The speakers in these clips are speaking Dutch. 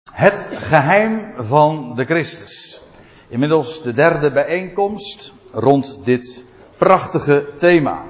Het geheim van de Christus. Inmiddels de derde bijeenkomst rond dit prachtige thema.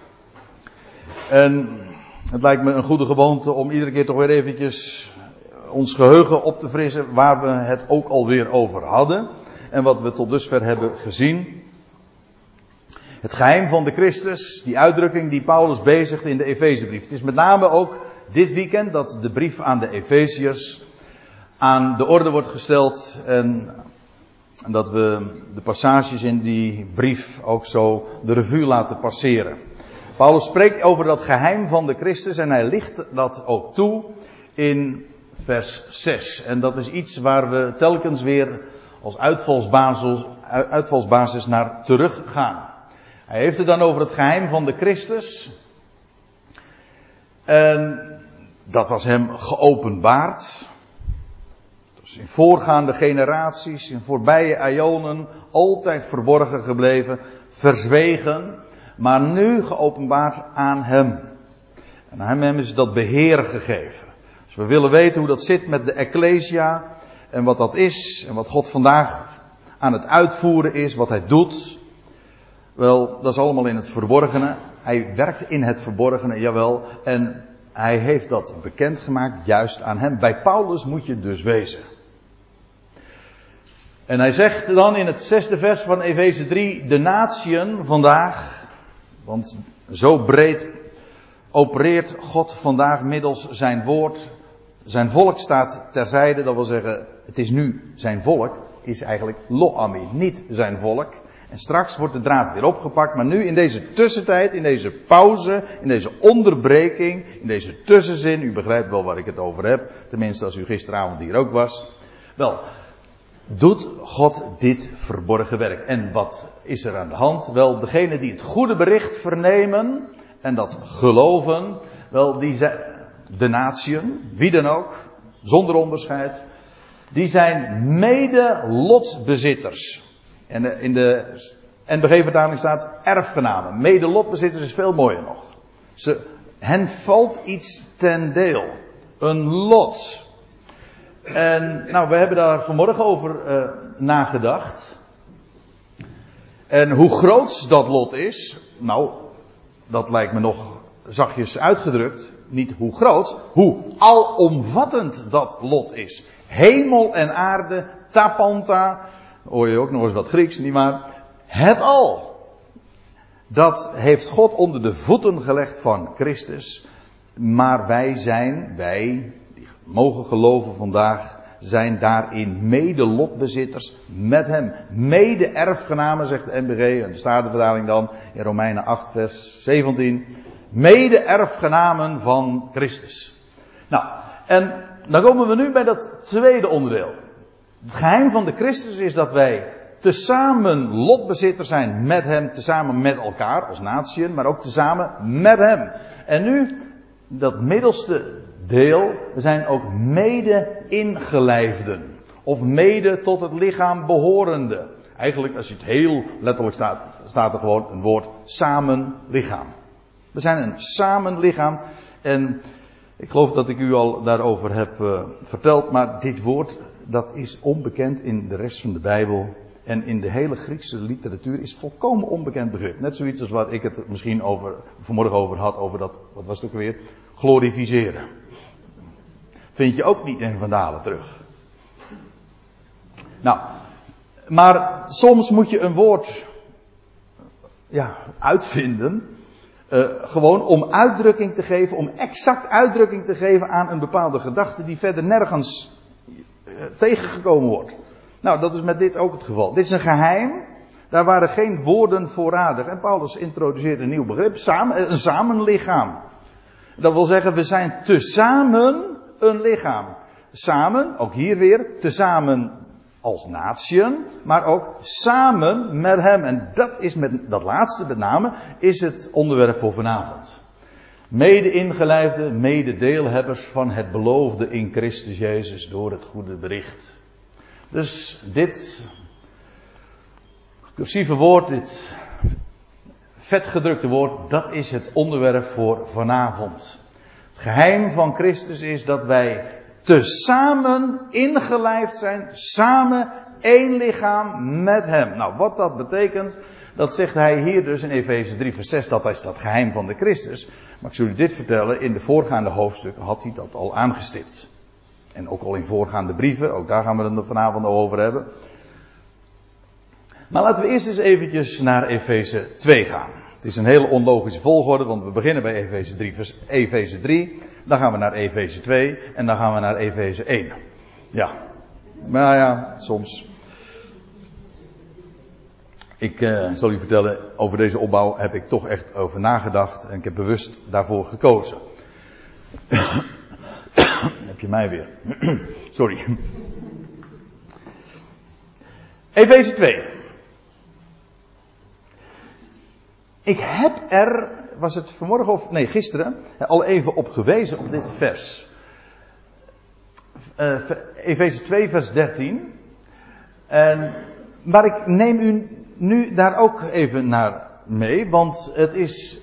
En het lijkt me een goede gewoonte om iedere keer toch weer eventjes ons geheugen op te frissen waar we het ook alweer over hadden. En wat we tot dusver hebben gezien. Het geheim van de Christus, die uitdrukking die Paulus bezigt in de Efezebrief. Het is met name ook dit weekend dat de brief aan de Efeziërs aan de orde wordt gesteld en dat we de passages in die brief ook zo de revue laten passeren. Paulus spreekt over dat geheim van de Christus en hij licht dat ook toe in vers 6. En dat is iets waar we telkens weer als uitvalsbasis naar teruggaan. Hij heeft het dan over het geheim van de Christus. En dat was hem geopenbaard. Dus in voorgaande generaties, in voorbije aionen, altijd verborgen gebleven, verzwegen. Maar nu geopenbaard aan hem. En aan hem is dat beheer gegeven. Dus we willen weten hoe dat zit met de Ecclesia. En wat dat is. En wat God vandaag aan het uitvoeren is. Wat hij doet. Wel, dat is allemaal in het verborgene. Hij werkt in het verborgene, jawel. En hij heeft dat bekendgemaakt juist aan hem. Bij Paulus moet je dus wezen. En hij zegt dan in het 6e vers van Efeze 3. De natieën vandaag. Want zo breed opereert God vandaag middels zijn woord. Zijn volk staat terzijde. Dat wil zeggen, het is nu zijn volk. Is eigenlijk Lo-Ami, niet zijn volk. En straks wordt de draad weer opgepakt. Maar nu in deze tussentijd, in deze pauze, in deze onderbreking, in deze tussenzin. U begrijpt wel waar ik het over heb. Tenminste als u gisteravond hier ook was. Wel, doet God dit verborgen werk. En wat is er aan de hand? Wel, degenen die het goede bericht vernemen en dat geloven. Wel, die zijn de natieën, wie dan ook, zonder onderscheid. Die zijn mede lotbezitters. En in de NBG-vertaling staat erfgenamen. Mede lotbezitters is veel mooier nog. Hen valt iets ten deel. Een lot. En nou, we hebben daar vanmorgen over nagedacht. En hoe groot dat lot is. Nou, dat lijkt me nog zachtjes uitgedrukt. Niet hoe groot, hoe alomvattend dat lot is. Hemel en aarde, tapanta. Hoor je ook nog eens wat Grieks, nietwaar? Het al. Dat heeft God onder de voeten gelegd van Christus. Maar wij die mogen geloven vandaag, zijn daarin mede lotbezitters met hem. Mede erfgenamen, zegt de NBG, en de Statenvertaling dan, in Romeinen 8 vers 17. Mede erfgenamen van Christus. Nou, en dan komen we nu bij dat tweede onderdeel. Het geheim van de Christus is dat wij tezamen lotbezitters zijn met hem, tezamen met elkaar als natieën, maar ook tezamen met hem. En nu, dat middelste deel, we zijn ook mede ingelijfden. Of mede tot het lichaam behorende. Eigenlijk, als je het heel letterlijk staat er gewoon een woord samen lichaam. We zijn een samen lichaam. En ik geloof dat ik u al daarover heb verteld, maar dit woord, dat is onbekend in de rest van de Bijbel. En in de hele Griekse literatuur is volkomen onbekend begrip. Net zoiets als wat ik het misschien vanmorgen over had, over dat, wat was het ook weer? Glorificeren. Vind je ook niet in Van Dalen terug. Nou, maar soms moet je een woord uitvinden. Gewoon om uitdrukking te geven, om exact uitdrukking te geven aan een bepaalde gedachte die verder nergens tegengekomen wordt. Nou, dat is met dit ook het geval. Dit is een geheim. Daar waren geen woorden voorradig. En Paulus introduceert een nieuw begrip. Een samenlichaam. Dat wil zeggen, we zijn tezamen een lichaam. Samen, ook hier weer, tezamen als natieën, maar ook samen met hem. En dat is met dat laatste met name, is het onderwerp voor vanavond. Mede ingelijfde, mede deelhebbers van het beloofde in Christus Jezus door het goede bericht. Dus dit cursieve woord, dit vetgedrukte woord, dat is het onderwerp voor vanavond. Het geheim van Christus is dat wij tezamen ingelijfd zijn, samen één lichaam met hem. Nou, wat dat betekent, dat zegt hij hier dus in Efeze 3 vers 6, dat is dat geheim van de Christus. Maar ik zal u dit vertellen, in de voorgaande hoofdstukken had hij dat al aangestipt. En ook al in voorgaande brieven, ook daar gaan we het vanavond over hebben. Maar laten we eerst eens eventjes naar Efeze 2 gaan. Het is een hele onlogische volgorde, want we beginnen bij Efeze 3, dan gaan we naar Efeze 2 en dan gaan we naar Efeze 1. Ja, maar ja, soms. Ik zal u vertellen, over deze opbouw heb ik toch echt over nagedacht en ik heb bewust daarvoor gekozen. Heb je mij weer. Sorry. Efeze 2. Ik heb er, was het vanmorgen of, nee gisteren, al even op gewezen op dit vers. Efeze 2 vers 13. Maar ik neem u nu daar ook even naar mee, want het is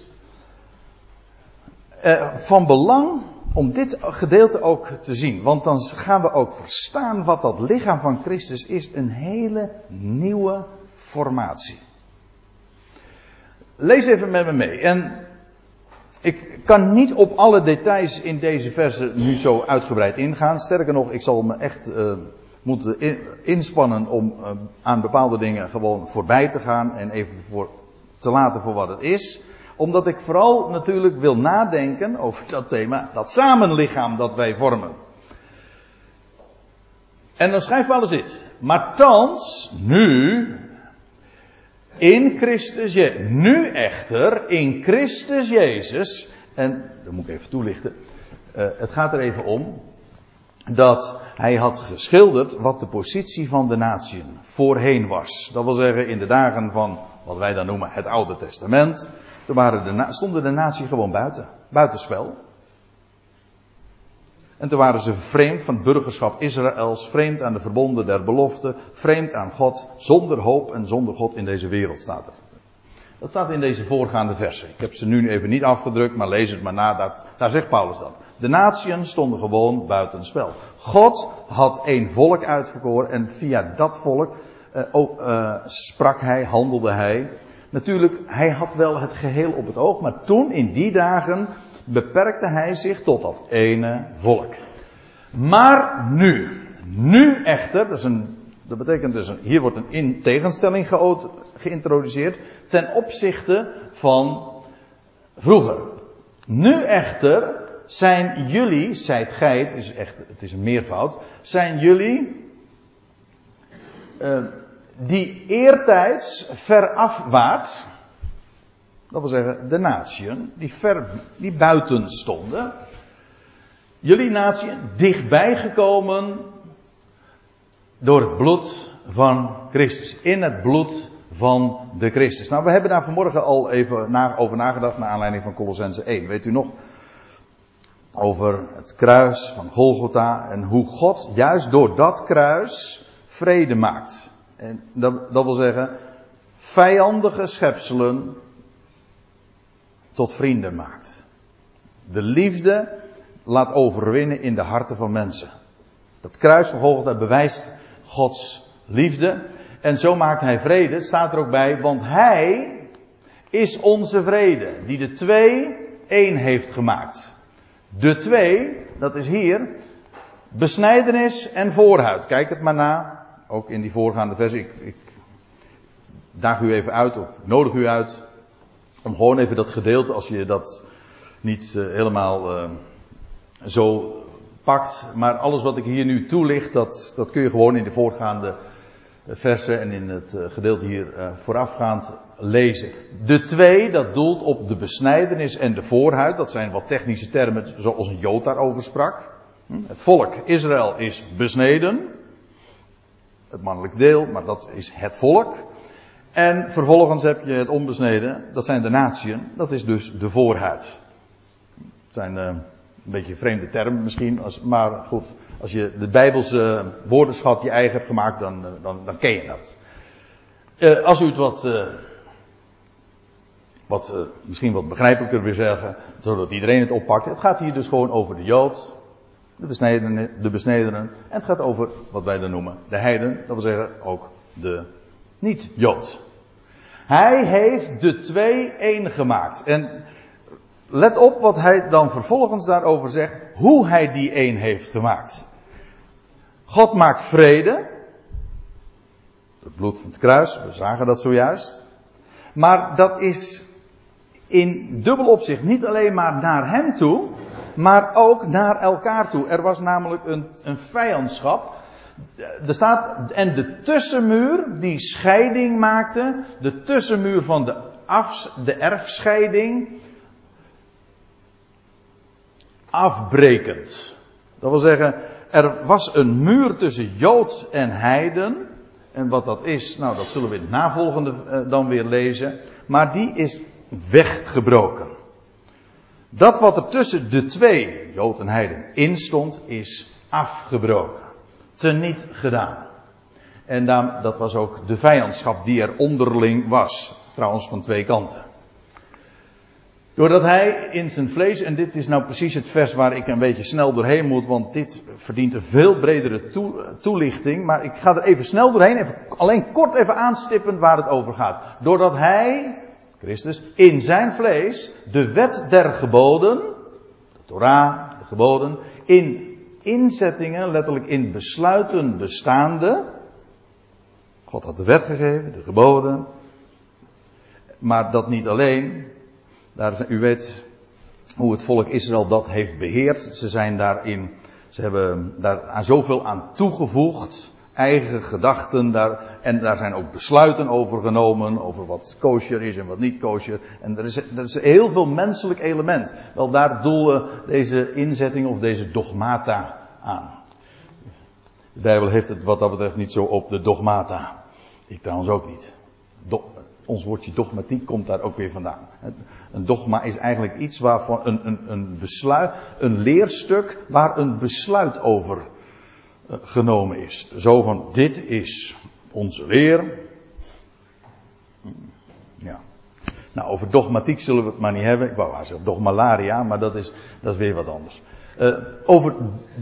van belang om dit gedeelte ook te zien. Want dan gaan we ook verstaan wat dat lichaam van Christus is. Een hele nieuwe formatie. Lees even met me mee. En ik kan niet op alle details in deze versen nu zo uitgebreid ingaan. Sterker nog, ik zal me echt moeten inspannen om aan bepaalde dingen gewoon voorbij te gaan. En even te laten voor wat het is. Omdat ik vooral natuurlijk wil nadenken over dat thema, dat samenlichaam dat wij vormen. En dan schrijft Paulus dit. Maar thans, nu, in Christus Jezus. Nu echter, in Christus Jezus. En, dat moet ik even toelichten. Het gaat er even om. Dat hij had geschilderd wat de positie van de natieën voorheen was. Dat wil zeggen, in de dagen van wat wij dan noemen het Oude Testament. Toen stonden de natie gewoon buitenspel. En toen waren ze vreemd van het burgerschap Israëls, vreemd aan de verbonden der belofte, vreemd aan God, zonder hoop en zonder God in deze wereld staat er. Dat staat in deze voorgaande versen. Ik heb ze nu even niet afgedrukt, maar lees het maar na, daar zegt Paulus dat. De natieën stonden gewoon buitenspel. God had één volk uitverkoren en via dat volk sprak hij, handelde hij. Natuurlijk, hij had wel het geheel op het oog, maar toen in die dagen beperkte hij zich tot dat ene volk. Maar nu echter, dat betekent dus, hier wordt een tegenstelling geïntroduceerd ten opzichte van vroeger. Nu echter zijn jullie, zijt gij, het is een meervoud, zijn jullie die eertijds verafwaarts, dat wil zeggen de natieën, die buiten stonden, jullie natieën dichtbij gekomen door het bloed van Christus, in het bloed van de Christus. Nou, we hebben daar vanmorgen al even over nagedacht naar aanleiding van Kolossenzen 1. Weet u nog? Over het kruis van Golgotha en hoe God juist door dat kruis vrede maakt. En dat wil zeggen, vijandige schepselen tot vrienden maakt. De liefde laat overwinnen in de harten van mensen. Dat kruis van Golgotha bewijst Gods liefde. En zo maakt hij vrede, staat er ook bij, want hij is onze vrede, die de twee één heeft gemaakt. De twee, dat is hier, besnijdenis en voorhuid. Kijk het maar na, ook in die voorgaande vers. Ik daag u even uit, of nodig u uit, om gewoon even dat gedeelte, als je dat niet helemaal zo pakt. Maar alles wat ik hier nu toelicht, dat kun je gewoon in de voorgaande versen en in het gedeelte hier voorafgaand lezen. De twee, dat doelt op de besnijdenis en de voorhuid. Dat zijn wat technische termen zoals een Jood daarover sprak. Het volk Israël is besneden. Het mannelijk deel, maar dat is het volk. En vervolgens heb je het onbesneden, dat zijn de natieën. Dat is dus de voorhuid. Het zijn een beetje vreemde termen misschien, maar goed. Als je de Bijbelse woordenschat je eigen hebt gemaakt, dan ken je dat. Als u het misschien wat begrijpelijker wil zeggen, zodat iedereen het oppakt. Het gaat hier dus gewoon over de Jood. de besnedenen. En het gaat over wat wij dan noemen de heiden. Dat wil zeggen ook de niet-Jood. Hij heeft de twee één gemaakt. En let op wat hij dan vervolgens daarover zegt. Hoe hij die één heeft gemaakt. God maakt vrede. Het bloed van het kruis, we zagen dat zojuist. Maar dat is in dubbel opzicht niet alleen maar naar hem toe, maar ook naar elkaar toe. Er was namelijk een vijandschap. Er staat, en de tussenmuur die scheiding maakte, de tussenmuur van de erfscheiding, afbrekend. Dat wil zeggen, er was een muur tussen Jood en heiden. En wat dat is, nou dat zullen we in het navolgende dan weer lezen. Maar die is weggebroken. Dat wat er tussen de twee, Jood en heiden, in stond, is afgebroken. Teniet gedaan. En dat was ook de vijandschap die er onderling was. Trouwens van twee kanten. Doordat hij in zijn vlees, en dit is nou precies het vers waar ik een beetje snel doorheen moet, want dit verdient een veel bredere toelichting. Maar ik ga er even snel doorheen, alleen kort even aanstippen waar het over gaat. Doordat hij, Christus, in zijn vlees de wet der geboden, de Torah, de geboden, in inzettingen, letterlijk in besluiten bestaande. God had de wet gegeven, de geboden. Maar dat niet alleen. U weet hoe het volk Israël dat heeft beheerd. Ze hebben daar zoveel aan toegevoegd. Eigen gedachten. En daar zijn ook besluiten over genomen. Over wat kosher is en wat niet kosher. En er is heel veel menselijk element. Wel, daar doelen deze inzetting of deze dogmata aan. De Bijbel heeft het wat dat betreft niet zo op de dogmata. Ik trouwens ook niet. Ons woordje dogmatiek komt daar ook weer vandaan. Een dogma is eigenlijk iets waarvan een besluit, een leerstuk waar een besluit over genomen is. Zo van, dit is onze leer. Ja. Nou, over dogmatiek zullen we het maar niet hebben. Ik wou zeggen dogmalaria, maar dat is weer wat anders. Over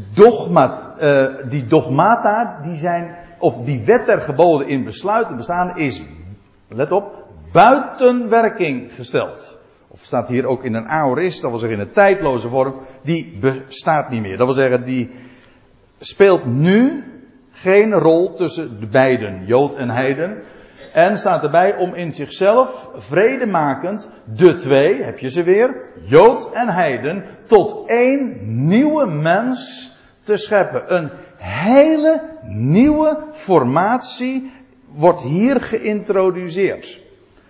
die dogmata, die zijn, of die wet der geboden in besluiten bestaan, is, let op, buiten werking gesteld. Of staat hier ook in een aorist, dat wil zeggen in een tijdloze vorm, die bestaat niet meer. Dat wil zeggen, die speelt nu geen rol tussen de beiden, Jood en heiden. En staat erbij om in zichzelf vredemakend de twee, heb je ze weer, Jood en heiden, tot één nieuwe mens te scheppen. Een hele nieuwe formatie wordt hier geïntroduceerd.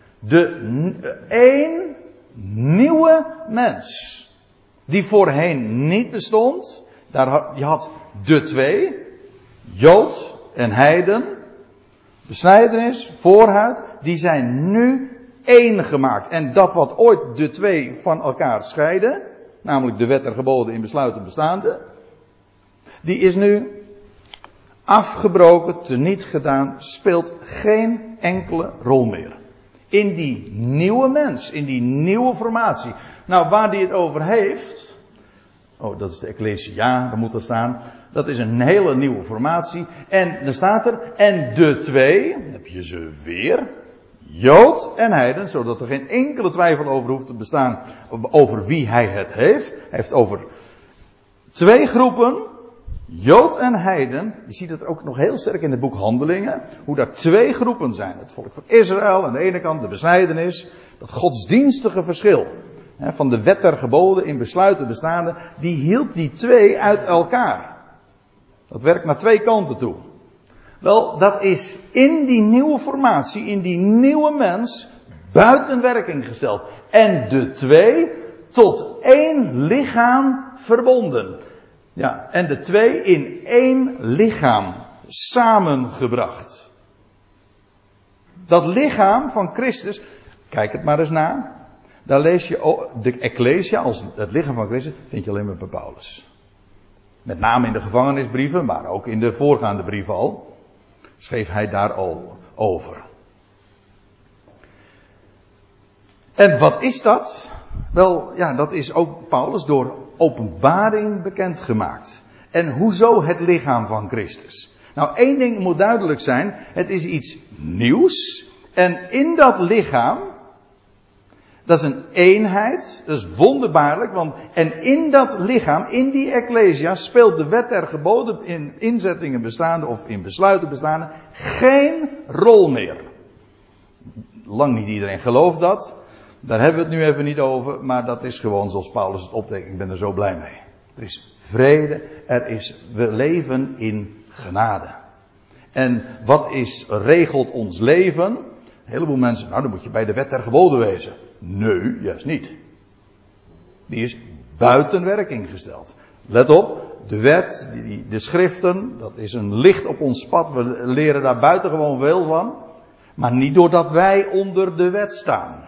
Één nieuwe mens. Die voorheen niet bestond. Je had de twee. Jood en heiden. Besnijdenis, voorhuid. Die zijn nu één gemaakt. En dat wat ooit de twee van elkaar scheiden. Namelijk de wet der geboden in besluiten bestaande. Die is nu afgebroken, teniet gedaan, speelt geen enkele rol meer. In die nieuwe mens, in die nieuwe formatie. Nou, waar die het over heeft, dat is de Ecclesia, daar moet er staan. Dat is een hele nieuwe formatie. En er staat er, en de twee, heb je ze weer, Jood en heiden, zodat er geen enkele twijfel over hoeft te bestaan over wie hij het heeft. Hij heeft over twee groepen, Jood en heiden. Je ziet het ook nog heel sterk in het boek Handelingen. Hoe daar twee groepen zijn. Het volk van Israël aan de ene kant, de besnijdenis. Dat godsdienstige verschil. Van de wet der geboden in besluiten bestaande. Die hield die twee uit elkaar. Dat werkt naar twee kanten toe. Wel, dat is in die nieuwe formatie, in die nieuwe mens, buiten werking gesteld. En de twee tot één lichaam verbonden. Ja, en de twee in één lichaam samengebracht. Dat lichaam van Christus, kijk het maar eens na. Daar lees je de Ecclesia als het lichaam van Christus, vind je alleen maar bij Paulus. Met name in de gevangenisbrieven, maar ook in de voorgaande brieven al. Schreef hij daar al over. En wat is dat? Wel, ja, dat is ook Paulus door openbaring bekendgemaakt. En hoezo het lichaam van Christus? Nou, één ding moet duidelijk zijn. Het is iets nieuws. En in dat lichaam, dat is een eenheid. Dat is wonderbaarlijk. En in dat lichaam, in die Ecclesia, speelt de wet der geboden in inzettingen bestaande of in besluiten bestaande geen rol meer. Lang niet iedereen gelooft dat. Daar hebben we het nu even niet over. Maar dat is gewoon zoals Paulus het optekent. Ik ben er zo blij mee. Er is vrede. We leven in genade. En wat regelt ons leven? Een heleboel mensen, dan moet je bij de wet der geboden wezen. Nee, juist niet. Die is buiten werking gesteld. Let op, de wet, de schriften, dat is een licht op ons pad. We leren daar buitengewoon veel van. Maar niet doordat wij onder de wet staan.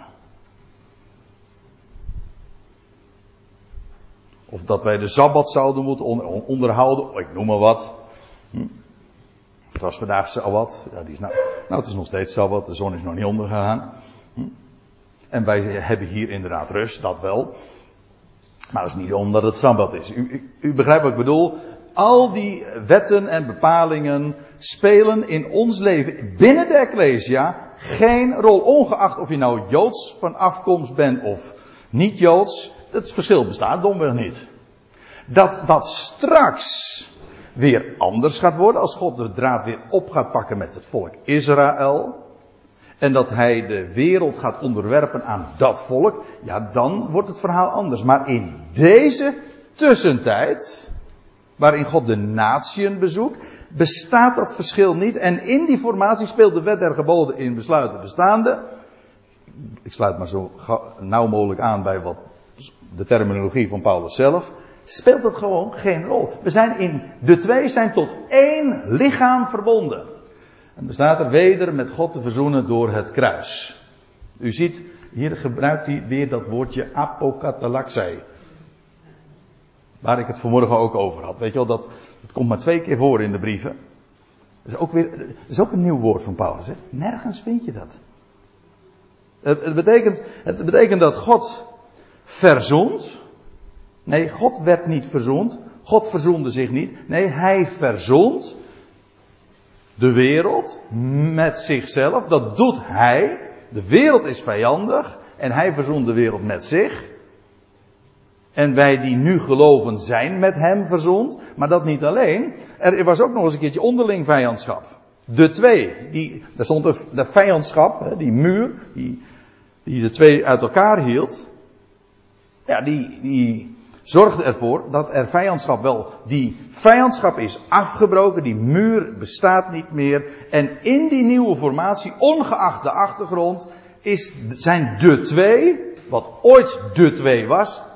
Of dat wij de Sabbat zouden moeten onderhouden. Ik noem maar wat. Het was vandaag Sabbat. Ja, het is nog steeds Sabbat. De zon is nog niet ondergegaan. En wij hebben hier inderdaad rust. Dat wel. Maar dat is niet omdat het Sabbat is. U begrijpt wat ik bedoel. Al die wetten en bepalingen spelen in ons leven binnen de Ecclesia geen rol. Ongeacht of je nou Joods van afkomst bent of niet Joods. Het verschil bestaat domweg niet. Dat straks weer anders gaat worden als God de draad weer op gaat pakken met het volk Israël. En dat hij de wereld gaat onderwerpen aan dat volk. Ja, dan wordt het verhaal anders. Maar in deze tussentijd, waarin God de natieën bezoekt, bestaat dat verschil niet. En in die formatie speelt de wet der geboden in besluiten bestaande. Ik sluit maar zo nauw mogelijk aan bij wat de terminologie van Paulus zelf. Speelt het gewoon geen rol. De twee zijn tot één lichaam verbonden. En er staat er weder met God te verzoenen door het kruis. U ziet, hier gebruikt hij weer dat woordje apokatalaxei. Waar ik het vanmorgen ook over had. Weet je wel, dat komt maar 2 keer voor in de brieven. Dat is ook een nieuw woord van Paulus. Hè? Nergens vind je dat. Het betekent dat God verzoent. Nee, God werd niet verzoend. God verzoende zich niet. Nee, hij verzoent de wereld met zichzelf. Dat doet hij. De wereld is vijandig. En hij verzoent de wereld met zich. En wij die nu geloven zijn met hem verzoend. Maar dat niet alleen. Er was ook nog eens een keertje onderling vijandschap. De twee. Daar stond de vijandschap. Die muur. Die de twee uit elkaar hield. Ja, die zorgde ervoor dat er vijandschap wel. Die vijandschap is afgebroken. Die muur bestaat niet meer. En in die nieuwe formatie, ongeacht de achtergrond, zijn de twee, wat ooit de twee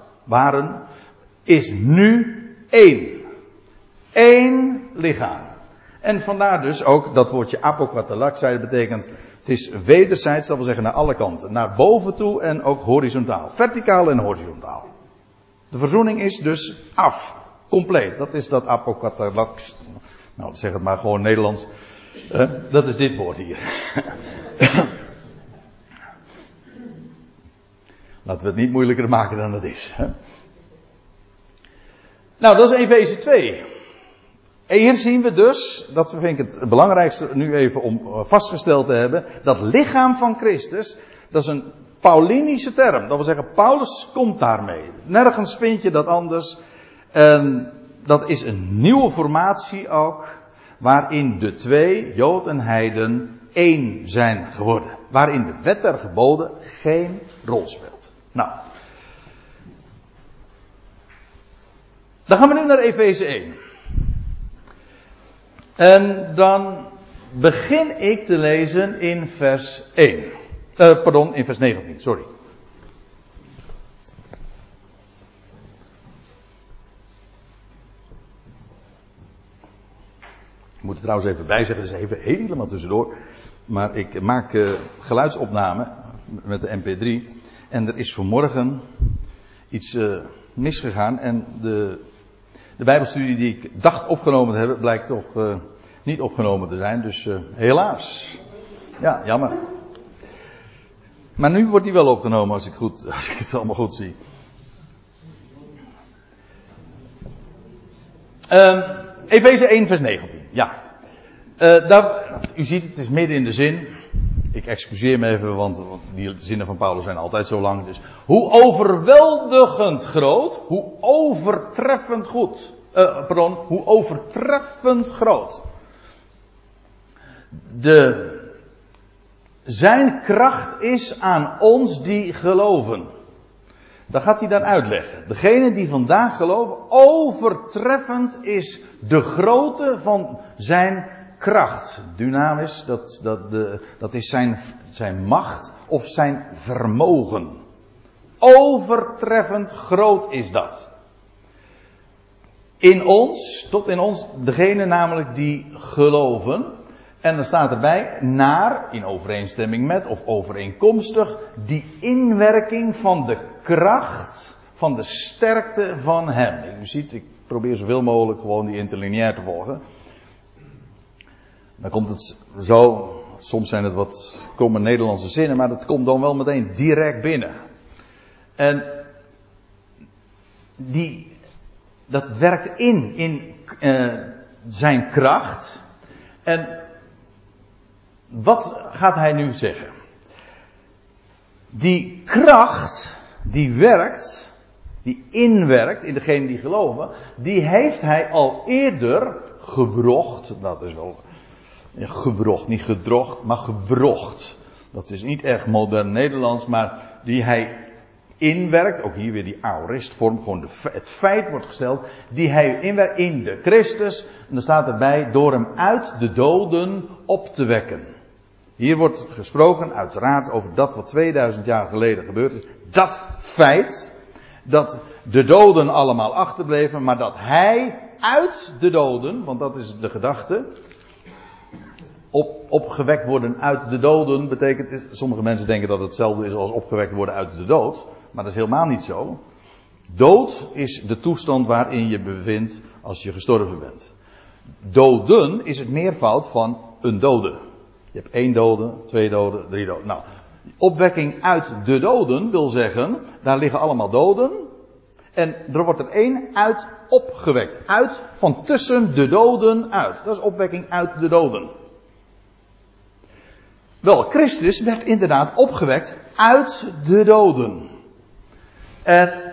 is nu één. Eén lichaam. En vandaar dus ook dat woordje apokatalaxei betekent, het is wederzijds, dat wil zeggen naar alle kanten. Naar boven toe en ook horizontaal. Verticaal en horizontaal. De verzoening is dus af. Compleet. Dat is dat apokatalax. Nou, zeg het maar gewoon Nederlands. Dat is dit woord hier. Laten we het niet moeilijker maken dan het is. Hè? Nou, dat is Efeze 2. En hier zien we dus, dat vind ik het belangrijkste nu even om vastgesteld te hebben, dat lichaam van Christus, dat is een Paulinische term. Dat wil zeggen, Paulus komt daarmee. Nergens vind je dat anders. En dat is een nieuwe formatie ook, waarin de twee, Jood en Heiden, één zijn geworden. Waarin de wet der geboden geen rol speelt. Nou. Dan gaan we nu naar Efeze 1. En dan begin ik te lezen in vers 1. In vers 19, sorry. Ik moet er trouwens even bij zeggen, dus even helemaal tussendoor. Maar ik maak geluidsopname met de MP3. En er is vanmorgen iets misgegaan. En de Bijbelstudie die ik dacht opgenomen te hebben, blijkt toch niet opgenomen te zijn. Dus helaas. Ja, jammer. Maar nu wordt die wel opgenomen als ik het allemaal goed zie. Efeze 1 vers 19. Ja. U ziet het is midden in de zin. Ik excuseer me even, want die zinnen van Paulus zijn altijd zo lang. Dus hoe overweldigend groot, hoe overtreffend goed. Hoe overtreffend groot. Zijn kracht is aan ons die geloven. Dat gaat hij dan uitleggen. Degene die vandaag geloven, overtreffend is de grootte van zijn kracht. Dynamis, dat is zijn macht of zijn vermogen. Overtreffend groot is dat. Tot in ons, degene namelijk die geloven. En dan staat erbij, in overeenstemming met of overeenkomstig, die inwerking van de kracht, van de sterkte van hem. U ziet, ik probeer zoveel mogelijk gewoon die interlineair te volgen. Dan komt het zo, soms zijn het komen Nederlandse zinnen, maar dat komt dan wel meteen direct binnen. En dat werkt in zijn kracht. En wat gaat hij nu zeggen? Die kracht, die werkt, die inwerkt in degene die geloven, die heeft hij al eerder gewrocht. Dat is wel gewrocht, niet gedrocht, maar gewrocht. Dat is niet erg modern Nederlands, maar die hij inwerkt, ook hier weer die aoristvorm, gewoon het feit wordt gesteld, die hij inwerkt in de Christus, en dan staat erbij, door hem uit de doden op te wekken. Hier wordt gesproken uiteraard over dat wat 2000 jaar geleden gebeurd is. Dat feit, dat de doden allemaal achterbleven, maar dat hij uit de doden, want dat is de gedachte, opgewekt worden uit de doden betekent, sommige mensen denken dat het hetzelfde is als opgewekt worden uit de dood, maar dat is helemaal niet zo. Dood is de toestand waarin je bevindt als je gestorven bent. Doden is het meervoud van een dode. Je hebt 1 dode, 2 doden, 3 doden. Nou, opwekking uit de doden wil zeggen, daar liggen allemaal doden. En er wordt er 1 uit opgewekt. Uit van tussen de doden uit. Dat is opwekking uit de doden. Wel, Christus werd inderdaad opgewekt uit de doden. En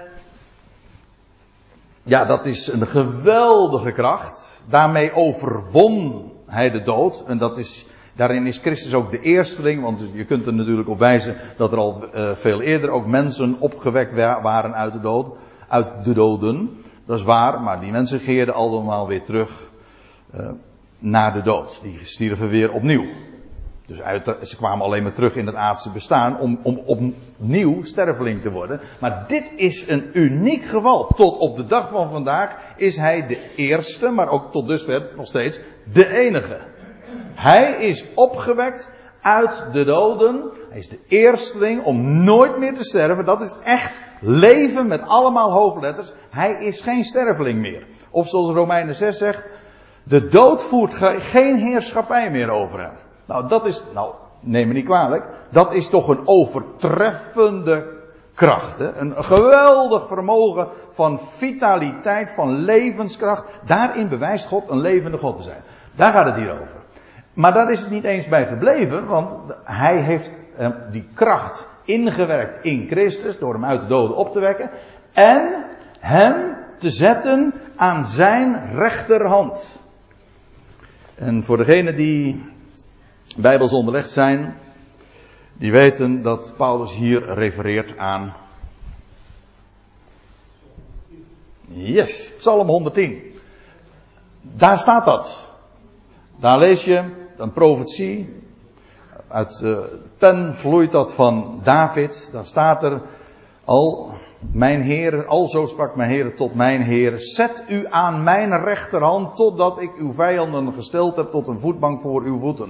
ja, dat is een geweldige kracht. Daarmee overwon hij de dood. En daarin is Christus ook de eersteling. Want je kunt er natuurlijk op wijzen dat er al veel eerder ook mensen opgewekt waren uit de doden. Dat is waar, maar die mensen keerden allemaal weer terug naar de dood. Die stierven weer opnieuw. Dus ze kwamen alleen maar terug in het aardse bestaan om opnieuw sterveling te worden. Maar dit is een uniek geval. Tot op de dag van vandaag is hij de eerste, maar ook tot dusver nog steeds de enige. Hij is opgewekt uit de doden. Hij is de eersteling om nooit meer te sterven. Dat is echt leven met allemaal hoofdletters. Hij is geen sterveling meer. Of zoals Romeinen 6 zegt, de dood voert geen heerschappij meer over hem. Neem me niet kwalijk. Dat is toch een overtreffende kracht. Hè? Een geweldig vermogen van vitaliteit, van levenskracht. Daarin bewijst God een levende God te zijn. Daar gaat het hier over. Maar daar is het niet eens bij gebleven, want hij heeft die kracht ingewerkt in Christus door hem uit de doden op te wekken en hem te zetten aan zijn rechterhand. En voor degenen die bijbels onderlegd zijn, die weten dat Paulus hier refereert aan Psalm 110. Daar staat dat. Daar lees je een profetie. Uit de pen vloeit dat van David. Daar staat er al, mijn Heer, alzo sprak mijn Heer tot mijn Heer, zet u aan mijn rechterhand totdat ik uw vijanden gesteld heb tot een voetbank voor uw voeten.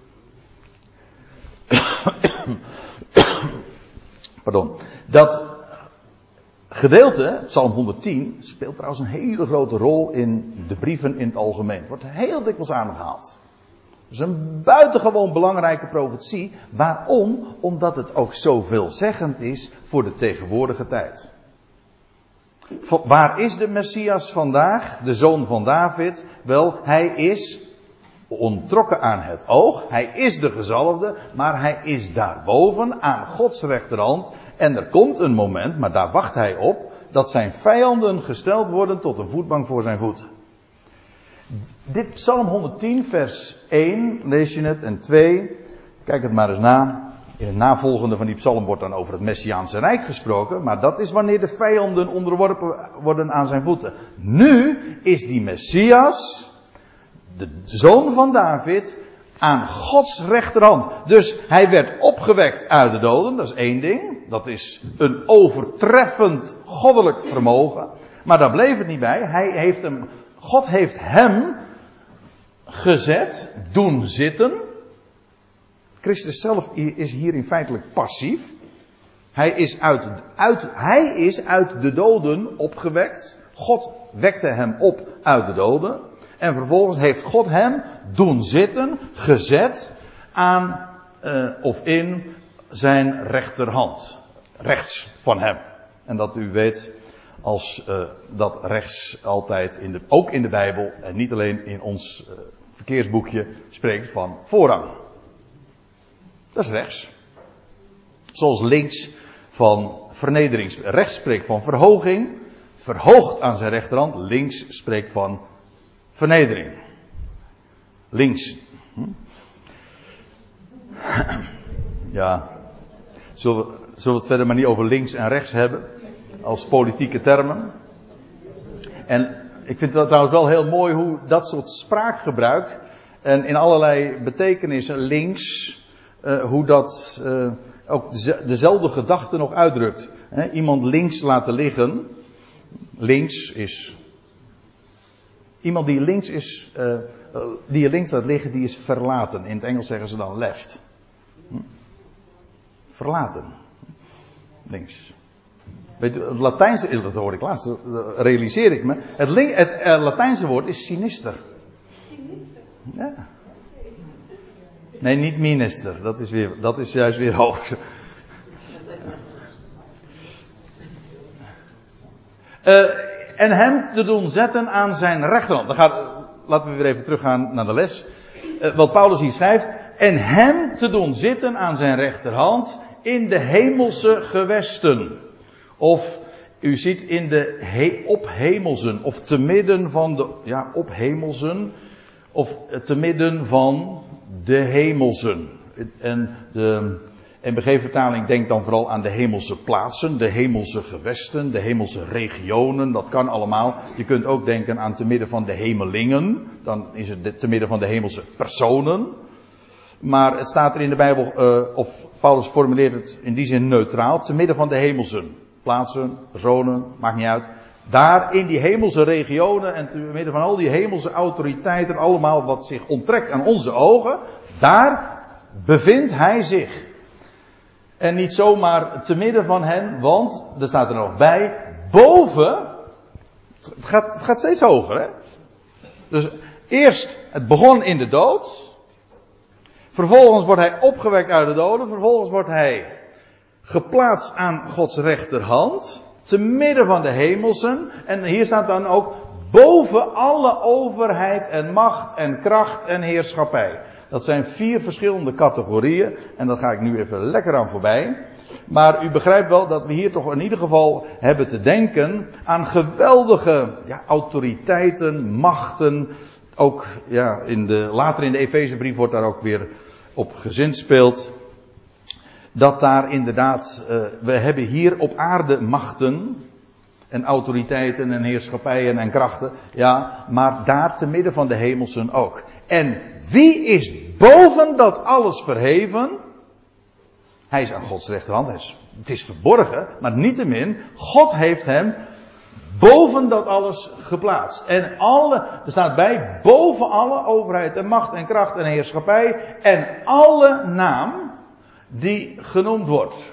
Pardon. Dat gedeelte, Psalm 110, speelt trouwens een hele grote rol in de brieven in het algemeen. Het wordt heel dikwijls aangehaald. Het is een buitengewoon belangrijke profetie. Waarom? Omdat het ook zo veelzeggend is voor de tegenwoordige tijd. Waar is de Messias vandaag, de zoon van David? Wel, hij is ontrokken aan het oog. Hij is de gezalfde, maar hij is daarboven aan Gods rechterhand. En er komt een moment, maar daar wacht hij op, dat zijn vijanden gesteld worden tot een voetbank voor zijn voeten. Dit Psalm 110 vers 1, lees je het, en 2, kijk het maar eens na. In het navolgende van die psalm wordt dan over het Messiaanse Rijk gesproken, maar dat is wanneer de vijanden onderworpen worden aan zijn voeten. Nu is die Messias, de zoon van David, aan Gods rechterhand. Dus hij werd opgewekt uit de doden, dat is één ding. Dat is een overtreffend goddelijk vermogen. Maar daar bleef het niet bij. God heeft hem gezet, doen zitten. Christus zelf is hierin feitelijk passief. Hij is uit de doden opgewekt. God wekte hem op uit de doden. En vervolgens heeft God hem doen zitten, gezet aan of in zijn rechterhand. Rechts van hem. En dat u weet, als dat rechts altijd ook in de Bijbel en niet alleen in ons verkeersboekje spreekt van voorrang. Dat is rechts. Zoals links van vernedering. Rechts spreekt van verhoging. Verhoogd aan zijn rechterhand. Links spreekt van vernedering. Links. Ja. Zullen we het verder maar niet over links en rechts hebben. Als politieke termen. En ik vind het trouwens wel heel mooi hoe dat soort spraakgebruik. En in allerlei betekenissen links. Hoe dat ook dezelfde gedachte nog uitdrukt. Iemand links laten liggen. Links is. Iemand die links is. Die je links laat liggen, die is verlaten. In het Engels zeggen ze dan left. Verlaten. Links. Weet je, het Latijnse, dat hoor ik laatst, dat realiseer ik me. Het Latijnse woord is sinister. Ja. Nee, niet minister. Dat is juist weer hoog. En hem te doen zetten aan zijn rechterhand. Laten we weer even teruggaan naar de les. Wat Paulus hier schrijft. En hem te doen zitten aan zijn rechterhand in de hemelse gewesten. Of u ziet in de ophemelsen. Of te midden van de. Ja, ophemelsen. Of te midden van de hemelsen. En de NBG-vertaling denkt dan vooral aan de hemelse plaatsen, de hemelse gewesten, de hemelse regionen. Dat kan allemaal. Je kunt ook denken aan te midden van de hemelingen. Dan is het te midden van de hemelse personen. Maar het staat er in de Bijbel, of Paulus formuleert het in die zin neutraal, te midden van de hemelsen. Plaatsen, personen, maakt niet uit. Daar in die hemelse regionen en te midden van al die hemelse autoriteiten, allemaal wat zich onttrekt aan onze ogen, daar bevindt hij zich. En niet zomaar te midden van hen, want, er staat er nog bij, boven, het gaat steeds hoger, hè. Dus eerst, het begon in de dood, vervolgens wordt hij opgewekt uit de doden, vervolgens wordt hij geplaatst aan Gods rechterhand, te midden van de hemelsen. En hier staat dan ook boven alle overheid en macht en kracht en heerschappij. Dat zijn 4 verschillende categorieën. En dat ga ik nu even lekker aan voorbij. Maar u begrijpt wel dat we hier toch in ieder geval hebben te denken aan geweldige autoriteiten, machten. Ook later in de Efezebrief wordt daar ook weer op gezinspeeld. Dat daar inderdaad, we hebben hier op aarde machten en autoriteiten en heerschappijen en krachten. Ja, maar daar te midden van de hemelsen ook. En wie is boven dat alles verheven? Hij is aan Gods rechterhand. Het is verborgen, maar niettemin, God heeft hem boven dat alles geplaatst. En er staat bij, boven alle overheid en macht en kracht en heerschappij en alle naam die genoemd wordt.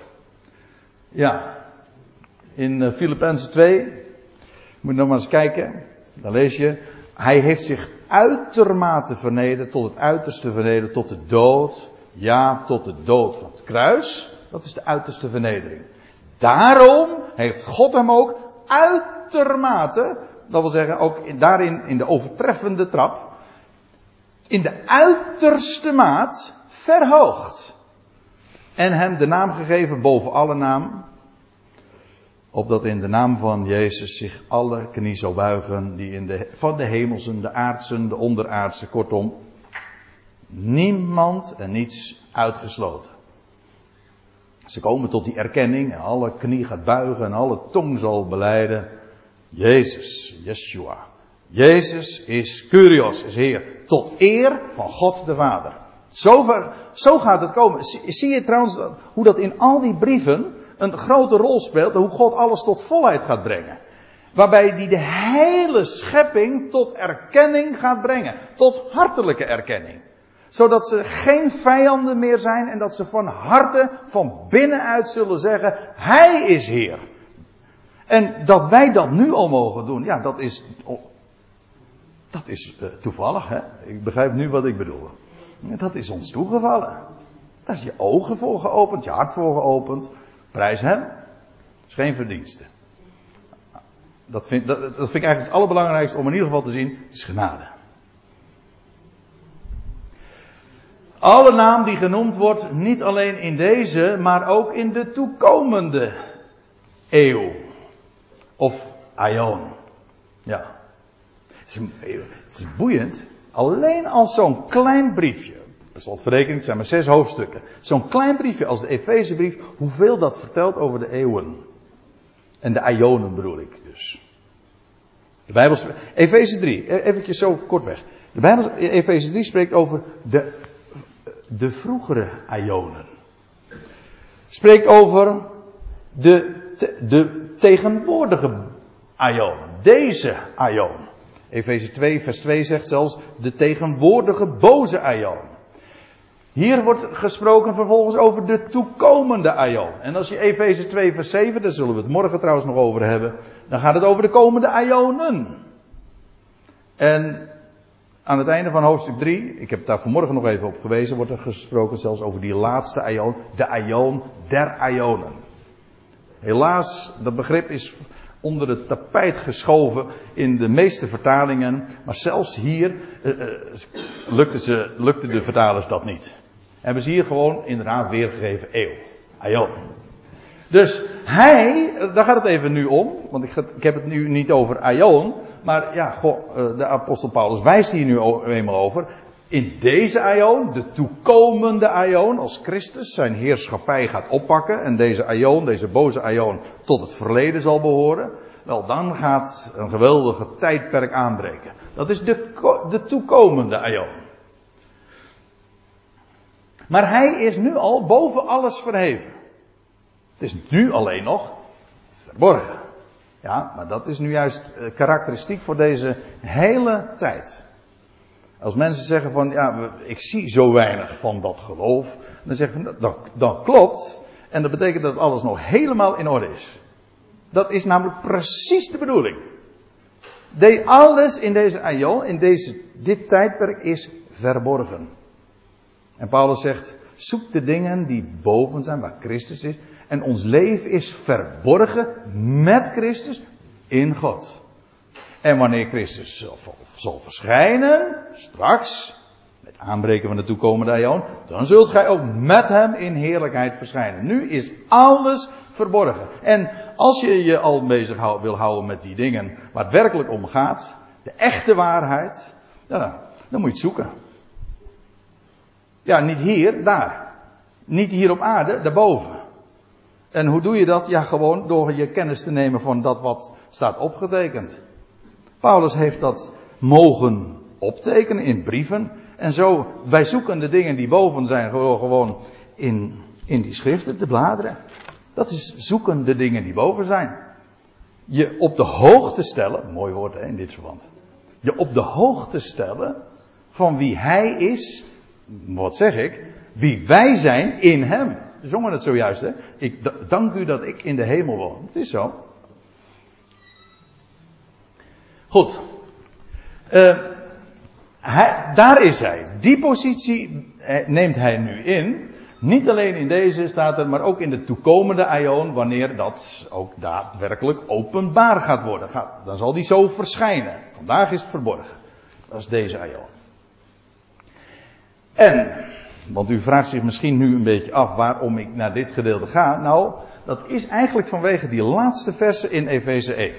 Ja, in Filippenzen 2, moet je nog maar eens kijken, dan lees je, hij heeft zich uitermate vernederd, tot het uiterste vernederd, tot de dood, ja, tot de dood van het kruis. Dat is de uiterste vernedering. Daarom heeft God hem ook uitermate uitermate, dat wil zeggen ook daarin in de overtreffende trap, in de uiterste maat verhoogd. En hem de naam gegeven boven alle naam, opdat in de naam van Jezus zich alle knie zou buigen, die van de hemelsen, de aardsen, de onderaardse, kortom, niemand en niets uitgesloten. Ze komen tot die erkenning en alle knie gaat buigen en alle tong zal belijden. Jezus, Yeshua. Jezus is Kyrios, is Heer. Tot eer van God de Vader. Zo gaat het komen. Zie je trouwens hoe dat in al die brieven een grote rol speelt. Hoe God alles tot volheid gaat brengen. Waarbij hij de hele schepping tot erkenning gaat brengen. Tot hartelijke erkenning. Zodat ze geen vijanden meer zijn en dat ze van harte, van binnenuit zullen zeggen, Hij is Heer. En dat wij dat nu al mogen doen, ja, dat is toevallig, hè. Ik begrijp nu wat ik bedoel. Dat is ons toegevallen. Daar is je ogen voor geopend, je hart voor geopend. Prijs Hem. Dat is geen verdienste. Dat vind ik eigenlijk het allerbelangrijkste om in ieder geval te zien. Het is genade. Alle naam die genoemd wordt, niet alleen in deze, maar ook in de toekomende eeuw. Of aion. Ja. Het is boeiend. Alleen als zo'n klein briefje. Per slotverrekening, het zijn maar 6 hoofdstukken. Zo'n klein briefje als de Efezebrief, hoeveel dat vertelt over de eeuwen. En de aionen bedoel ik dus. De Bijbel, Efeze 3, eventjes zo kortweg. De Bijbel, Efeze 3 spreekt over de vroegere aionen. Spreekt over de tegenwoordige aion. Deze aion. Efeze 2 vers 2 zegt zelfs de tegenwoordige boze aion. Hier wordt gesproken vervolgens over de toekomende aion. En als je Efeze 2 vers 7, daar zullen we het morgen trouwens nog over hebben, dan gaat het over de komende aionen. En aan het einde van hoofdstuk 3, ik heb daar vanmorgen nog even op gewezen, wordt er gesproken zelfs over die laatste aion, de aion der aionen. Helaas, dat begrip is onder het tapijt geschoven in de meeste vertalingen, maar zelfs hier lukte de vertalers dat niet. Hebben ze hier gewoon inderdaad weergegeven eeuw, aion. Dus daar gaat het even nu om, want ik heb het nu niet over aion, maar ja, de apostel Paulus wijst hier nu eenmaal over. In deze aion, de toekomende aion, als Christus zijn heerschappij gaat oppakken en deze aion, deze boze aion, tot het verleden zal behoren, wel dan gaat een geweldige tijdperk aanbreken. Dat is de toekomende aion. Maar hij is nu al boven alles verheven. Het is nu alleen nog verborgen. Ja, maar dat is nu juist karakteristiek voor deze hele tijd. Als mensen zeggen van, ja, ik zie zo weinig van dat geloof. Dan zeggen we, dat klopt. En dat betekent dat alles nog helemaal in orde is. Dat is namelijk precies de bedoeling. Alles in deze aion, in dit tijdperk is verborgen. En Paulus zegt, zoek de dingen die boven zijn, waar Christus is. En ons leven is verborgen met Christus in God. En wanneer Christus zal verschijnen, straks, met aanbreken van de toekomende aion, dan zult gij ook met hem in heerlijkheid verschijnen. Nu is alles verborgen. En als je je al bezig wil houden met die dingen waar het werkelijk om gaat, de echte waarheid, ja, dan moet je het zoeken. Ja, niet hier, daar. Niet hier op aarde, daarboven. En hoe doe je dat? Ja, gewoon door je kennis te nemen van dat wat staat opgetekend. Paulus heeft dat mogen optekenen in brieven. En zo, wij zoeken de dingen die boven zijn gewoon in die schriften te bladeren. Dat is zoeken de dingen die boven zijn. Je op de hoogte stellen, mooi woord hè, in dit verband. Je op de hoogte stellen van wie hij is, wat zeg ik, wie wij zijn in hem. We zongen het zojuist hè. Ik dank u dat ik in de hemel woon. Het is zo. Goed. Daar is hij. Die positie neemt hij nu in. Niet alleen in deze staat er, maar ook in de toekomende aion, wanneer dat ook daadwerkelijk openbaar gaat worden. Dan zal die zo verschijnen. Vandaag is het verborgen. Dat is deze aion. En, want u vraagt zich misschien nu een beetje af waarom ik naar dit gedeelte ga. Nou, dat is eigenlijk vanwege die laatste versen in Efeze 1.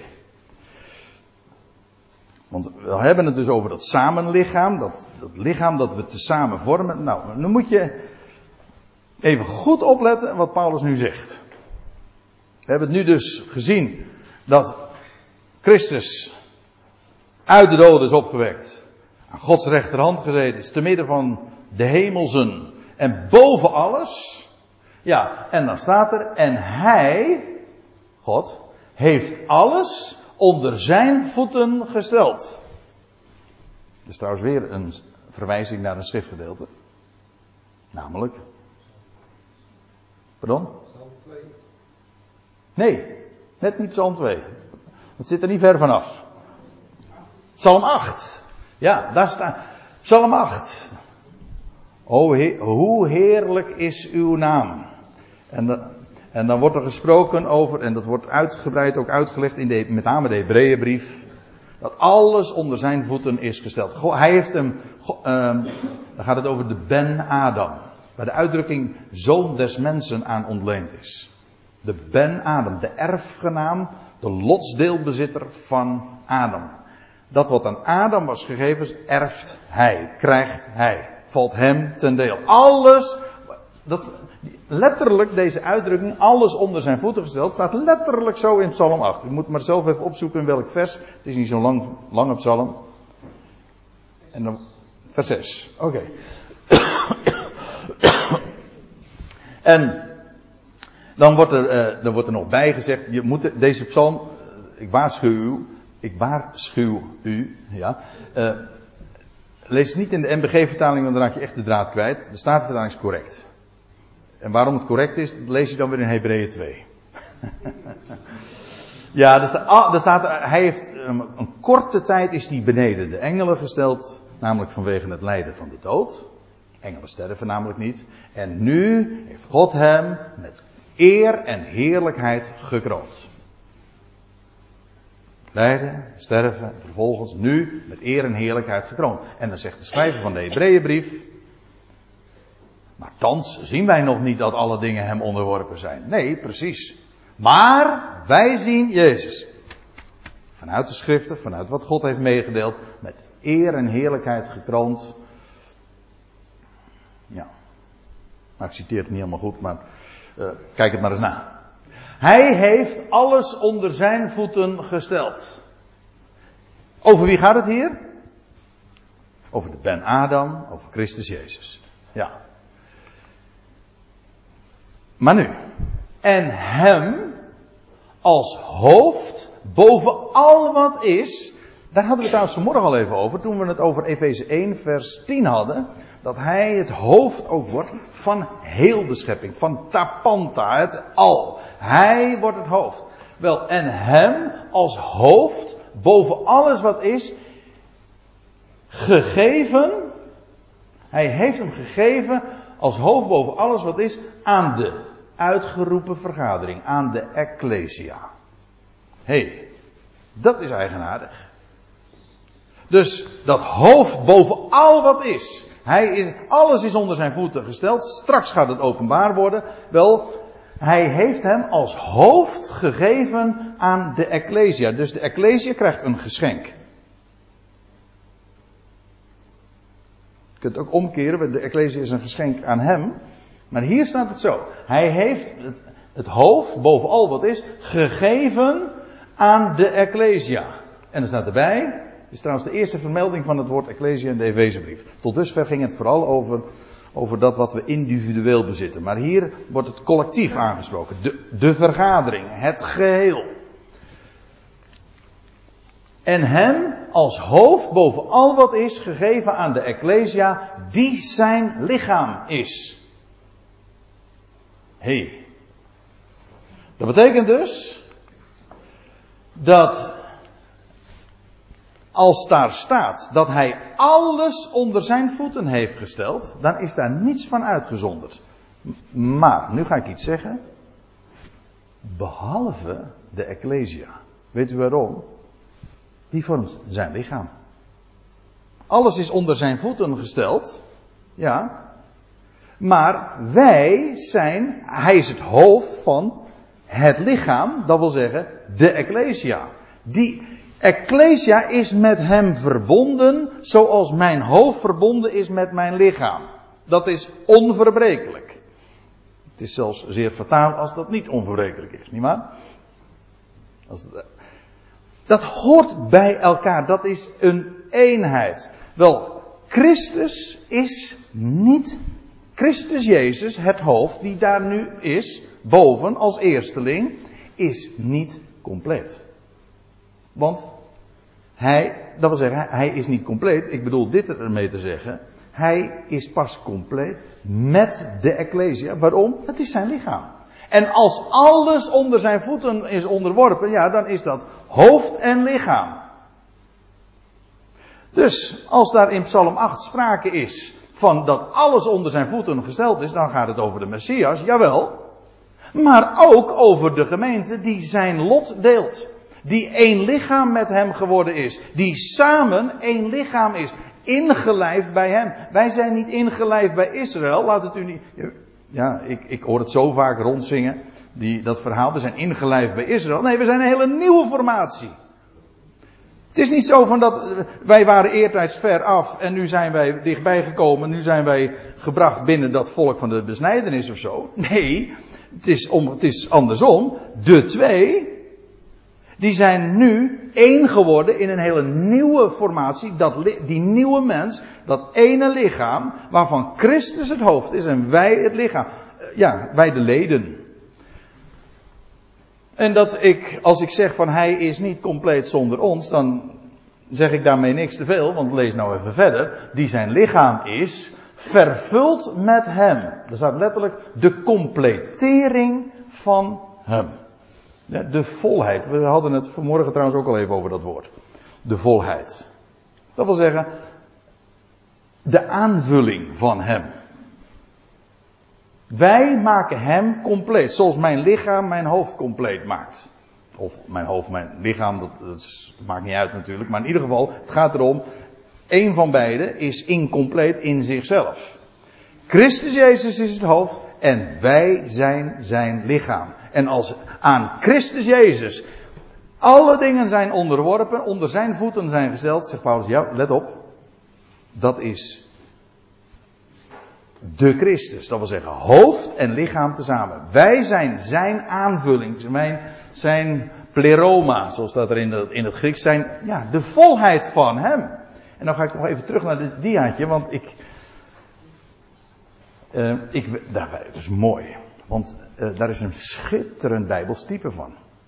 Want we hebben het dus over dat samenlichaam, dat lichaam dat we tezamen vormen. Nou, dan moet je even goed opletten wat Paulus nu zegt. We hebben het nu dus gezien dat Christus uit de doden is opgewekt, aan Gods rechterhand gezeten is, te midden van de hemelsen en boven alles. Ja, en dan staat er, en hij, God, heeft alles onder zijn voeten gesteld. Dat is trouwens weer een verwijzing naar een schriftgedeelte. Namelijk. Pardon? Psalm 2. Nee, net niet Psalm 2. Dat zit er niet ver vanaf. Psalm 8. Ja, daar staat. Psalm 8. O, hoe heerlijk is uw naam. En dan wordt er gesproken over, en dat wordt uitgebreid ook uitgelegd in met name de Hebreeënbrief, dat alles onder zijn voeten is gesteld. Hij heeft hem, dan gaat het over de Ben Adam, waar de uitdrukking zoon des mensen aan ontleend is. De Ben Adam, de erfgenaam, de lotsdeelbezitter van Adam. Dat wat aan Adam was gegeven, erft hij, krijgt hij, valt hem ten deel. Alles, letterlijk deze uitdrukking, alles onder zijn voeten gesteld, staat letterlijk zo in Psalm 8. U moet maar zelf even opzoeken in welk vers. Het is niet zo'n lange psalm. En dan vers 6. Oké. En dan wordt er nog bij gezegd, je moet deze psalm, ik waarschuw u, ja. Lees het niet in de MBG-vertaling, want dan raak je echt de draad kwijt. De Statenvertaling is correct. En waarom het correct is, dat lees je dan weer in Hebreeën 2. Ja, er staat, hij heeft een korte tijd is hij beneden de engelen gesteld, namelijk vanwege het lijden van de dood. Engelen sterven namelijk niet. En nu heeft God hem met eer en heerlijkheid gekroond. Lijden, sterven, vervolgens nu met eer en heerlijkheid gekroond. En dan zegt de schrijver van de Hebreeënbrief, maar thans zien wij nog niet dat alle dingen hem onderworpen zijn. Nee, precies. Maar wij zien Jezus. Vanuit de schriften, vanuit wat God heeft meegedeeld, met eer en heerlijkheid gekroond. Ja. Nou, ik citeer het niet helemaal goed, maar kijk het maar eens na. Hij heeft alles onder zijn voeten gesteld. Over wie gaat het hier? Over de Ben Adam, over Christus Jezus. Ja. Maar nu. En hem als hoofd boven al wat is. Daar hadden we trouwens vanmorgen al even over. Toen we het over Efeze 1 vers 10 hadden. Dat hij het hoofd ook wordt van heel de schepping. Van tapanta, het al. Hij wordt het hoofd. Wel, en hem als hoofd boven alles wat is. Gegeven. Hij heeft hem gegeven als hoofd boven alles wat is aan de uitgeroepen vergadering. Aan de Ecclesia. Hé, dat is eigenaardig. Dus dat hoofd boven al wat is. Alles is onder zijn voeten gesteld. Straks gaat het openbaar worden. Wel, hij heeft hem als hoofd gegeven aan de Ecclesia. Dus de Ecclesia krijgt een geschenk. Je kunt het ook omkeren. De Ecclesia is een geschenk aan hem. Maar hier staat het zo. Hij heeft het hoofd boven al wat is gegeven aan de Ecclesia. En er staat erbij. Dit is trouwens de eerste vermelding van het woord Ecclesia in de Efezebrief. Tot dusver ging het vooral over dat wat we individueel bezitten. Maar hier wordt het collectief aangesproken. De vergadering, het geheel. En hem als hoofd boven al wat is gegeven aan de Ecclesia die zijn lichaam is. Hé. Dat betekent dus dat als daar staat dat hij alles onder zijn voeten heeft gesteld, dan is daar niets van uitgezonderd. Maar, nu ga ik iets zeggen. Behalve de Ecclesia. Weet u waarom? Die vormt zijn lichaam. Alles is onder zijn voeten gesteld. Ja. Maar hij is het hoofd van het lichaam. Dat wil zeggen, de Ecclesia. Die Ecclesia is met hem verbonden zoals mijn hoofd verbonden is met mijn lichaam. Dat is onverbrekelijk. Het is zelfs zeer fataal als dat niet onverbrekelijk is, nietwaar? Dat hoort bij elkaar, dat is een eenheid. Wel, Christus Jezus, het hoofd, die daar nu is, boven als eersteling, is niet compleet. Want dat wil zeggen, hij is niet compleet. Ik bedoel dit ermee te zeggen. Hij is pas compleet met de Ecclesia. Waarom? Het is zijn lichaam. En als alles onder zijn voeten is onderworpen, ja, dan is dat hoofd en lichaam. Dus, als daar in Psalm 8 sprake is van dat alles onder zijn voeten gesteld is, dan gaat het over de Messias, jawel. Maar ook over de gemeente die zijn lot deelt. Die één lichaam met hem geworden is. Die samen één lichaam is. Ingelijfd bij hem. Wij zijn niet ingelijfd bij Israël. Laat het u niet... Ja, ik hoor het zo vaak rondzingen. Dat verhaal. We zijn ingelijfd bij Israël. Nee, we zijn een hele nieuwe formatie. Het is niet zo van dat wij waren eertijds ver af en nu zijn wij dichtbij gekomen. Nu zijn wij gebracht binnen dat volk van de besnijdenis of zo. Nee, het is andersom. De twee... Die zijn nu één geworden in een hele nieuwe formatie. Die nieuwe mens, dat ene lichaam, waarvan Christus het hoofd is en wij het lichaam. Ja, wij de leden. En als ik zeg van hij is niet compleet zonder ons, dan zeg ik daarmee niks te veel, want lees nou even verder. Die zijn lichaam is vervuld met hem. Er staat letterlijk de completering van hem. De volheid. We hadden het vanmorgen trouwens ook al even over dat woord. De volheid. Dat wil zeggen, de aanvulling van hem. Wij maken hem compleet. Zoals mijn lichaam mijn hoofd compleet maakt. Of mijn hoofd, mijn lichaam, dat maakt niet uit natuurlijk. Maar in ieder geval, het gaat erom, één van beiden is incompleet in zichzelf. Christus Jezus is het hoofd en wij zijn zijn lichaam. En als aan Christus Jezus alle dingen zijn onderworpen, onder zijn voeten zijn gesteld, zegt Paulus, ja, let op, dat is de Christus. Dat wil zeggen hoofd en lichaam tezamen. Wij zijn zijn aanvulling, zijn pleroma, zoals dat er in het Grieks zijn, ja, de volheid van hem. En dan ga ik nog even terug naar dit diaatje, want dat is mooi. Want daar is een schitterend Bijbels type van.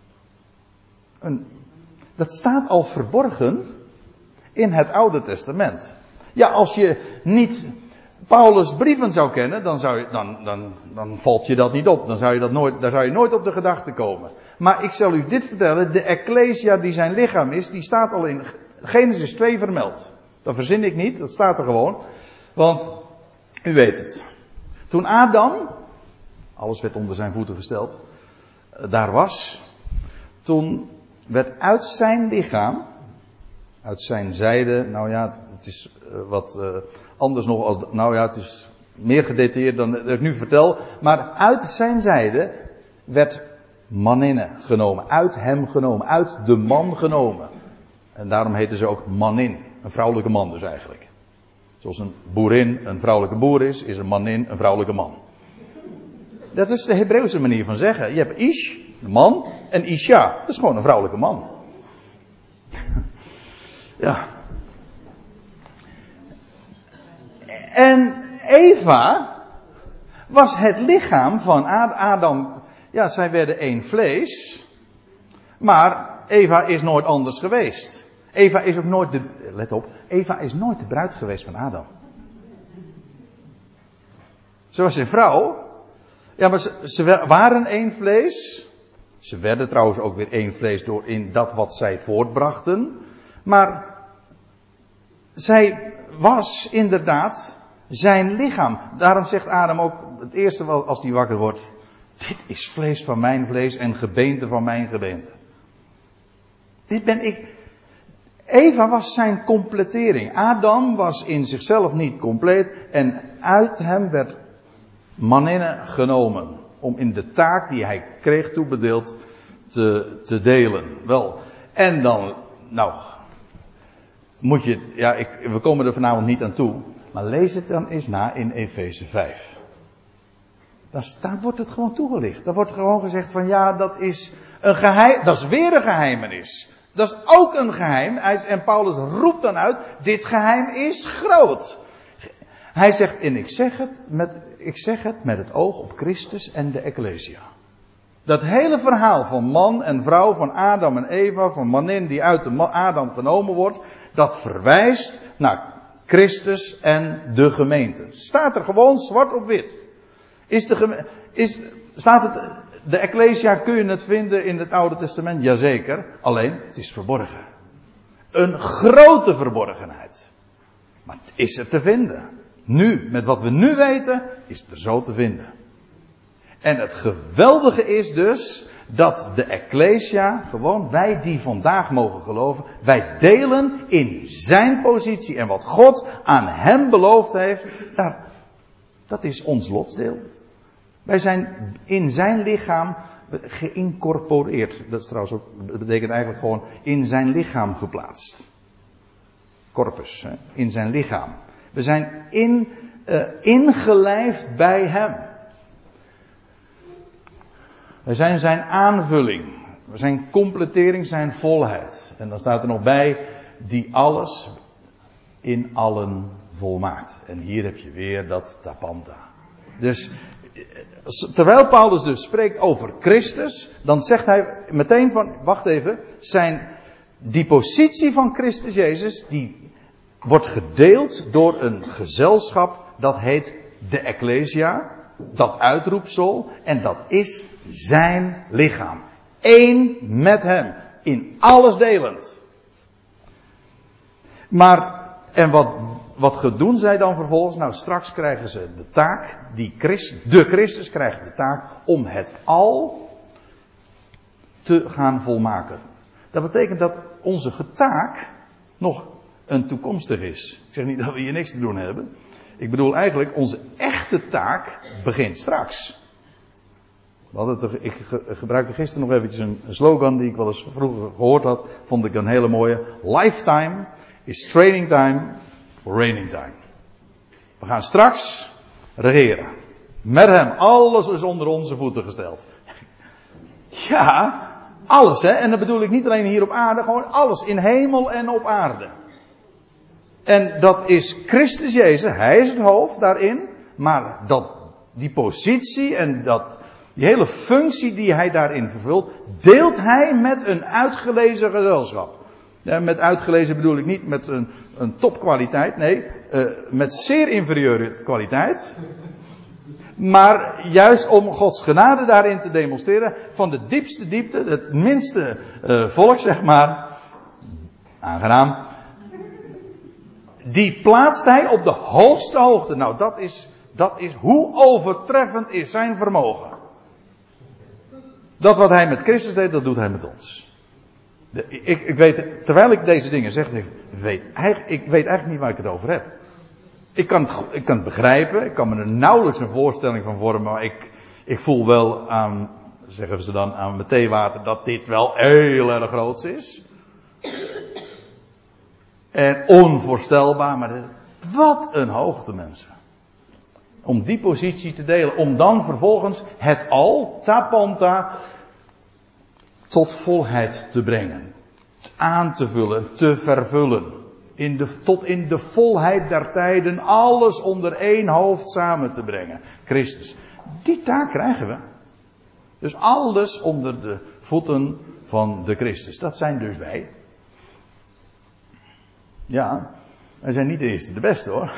Dat staat al verborgen in het Oude Testament. Ja, als je niet Paulus' brieven zou kennen, dan valt je dat niet op. Daar zou je nooit op de gedachte komen. Maar ik zal u dit vertellen, de Ecclesia die zijn lichaam is, die staat al in Genesis 2 vermeld. Dat verzin ik niet, dat staat er gewoon. Want, u weet het. Toen Adam, alles werd onder zijn voeten gesteld, daar was, toen werd uit zijn lichaam, uit zijn zijde, nou ja, het is wat anders nog als, nou ja, het is meer gedetailleerd dan ik nu vertel, maar uit zijn zijde werd maninne genomen, uit hem genomen, uit de man genomen. En daarom heten ze ook manin, een vrouwelijke man dus eigenlijk. Zoals een boerin een vrouwelijke boer is een manin een vrouwelijke man. Dat is de Hebreeuwse manier van zeggen. Je hebt Ish, de man, en Isha, dat is gewoon een vrouwelijke man. Ja. En Eva was het lichaam van Adam. Ja, zij werden één vlees. Maar Eva is nooit anders geweest. Eva is ook nooit let op, Eva is nooit de bruid geweest van Adam. Ze was een vrouw. Ja, maar ze waren één vlees. Ze werden trouwens ook weer één vlees door in dat wat zij voortbrachten. Maar zij was inderdaad zijn lichaam. Daarom zegt Adam ook het eerste als hij wakker wordt. Dit is vlees van mijn vlees en gebeente van mijn gebeente. Dit ben ik. Eva was zijn completering. Adam was in zichzelf niet compleet. En uit hem werd Maninne genomen. Om in de taak die hij kreeg toebedeeld te delen. Wel. En dan, moet je, we komen er vanavond niet aan toe. Maar lees het dan eens na in Efeze 5. Daar wordt het gewoon toegelicht. Daar wordt gewoon gezegd van dat is een geheim. Dat is weer een geheimenis. Dat is ook een geheim. En Paulus roept dan uit. Dit geheim is groot. Hij zegt, en ik zeg het met het oog op Christus en de Ecclesia. Dat hele verhaal van man en vrouw, van Adam en Eva, van manin die uit de Adam genomen wordt. Dat verwijst naar Christus en de gemeente. Staat er gewoon zwart op wit. De Ecclesia, kun je het vinden in het Oude Testament? Jazeker. Alleen, het is verborgen. Een grote verborgenheid. Maar het is er te vinden. Nu, met wat we nu weten, is het er zo te vinden. En het geweldige is dus dat de Ecclesia, gewoon wij die vandaag mogen geloven, wij delen in zijn positie en wat God aan hem beloofd heeft, dat is ons lotsdeel. Wij zijn in zijn lichaam geïncorporeerd. Dat betekent eigenlijk gewoon in zijn lichaam geplaatst. Corpus, in zijn lichaam. We zijn ingelijfd bij hem. Wij zijn zijn aanvulling. Zijn completering, zijn volheid. En dan staat er nog bij, die alles in allen volmaakt. En hier heb je weer dat tapanta. Dus, terwijl Paulus dus spreekt over Christus, dan zegt hij meteen van, wacht even, die positie van Christus Jezus, die wordt gedeeld door een gezelschap, dat heet de Ecclesia, dat uitroepsel, en dat is zijn lichaam. Eén met hem, in alles delend. Maar, en wat doen zij dan vervolgens? Nou, straks krijgen ze de taak, de Christus krijgt de taak om het al te gaan volmaken. Dat betekent dat onze taak nog een toekomstig is. Ik zeg niet dat we hier niks te doen hebben. Ik bedoel eigenlijk, onze echte taak begint straks. Ik gebruikte gisteren nog eventjes een slogan die ik wel eens vroeger gehoord had. Vond ik een hele mooie. Lifetime is training time for reigning time. We gaan straks regeren. Met hem. Alles is onder onze voeten gesteld. Ja, alles hè. En dat bedoel ik niet alleen hier op aarde. Gewoon alles. In hemel en op aarde. En dat is Christus Jezus. Hij is het hoofd daarin. Maar die positie en die hele functie die hij daarin vervult, deelt hij met een uitgelezen gezelschap. Ja, met uitgelezen bedoel ik niet met een topkwaliteit. Nee, met zeer inferieure kwaliteit. Maar juist om Gods genade daarin te demonstreren. Van de diepste diepte, het minste volk zeg maar. Aangenaam. Die plaatst hij op de hoogste hoogte. Nou, dat is hoe overtreffend is zijn vermogen. Dat wat hij met Christus deed, dat doet hij met ons. Ik weet, terwijl ik deze dingen zeg, ik weet eigenlijk niet waar ik het over heb. Ik kan het begrijpen, ik kan me er nauwelijks een voorstelling van vormen, maar ik voel wel aan, zeggen ze dan, aan mijn theewater, dat dit wel heel erg groots is. En onvoorstelbaar, maar wat een hoogte, mensen. Om die positie te delen, om dan vervolgens het al, tapanta, tot volheid te brengen. Aan te vullen, te vervullen. Tot in de volheid der tijden alles onder één hoofd samen te brengen. Christus. Die taak krijgen we. Dus alles onder de voeten van de Christus. Dat zijn dus wij. Ja, wij zijn niet de eerste, de beste hoor.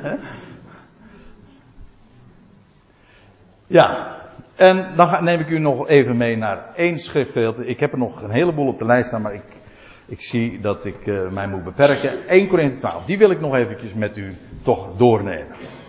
Ja, en dan neem ik u nog even mee naar één schriftgedeelte. Ik heb er nog een heleboel op de lijst staan, maar ik zie dat ik mij moet beperken. 1 Korinthe 12, die wil ik nog eventjes met u toch doornemen.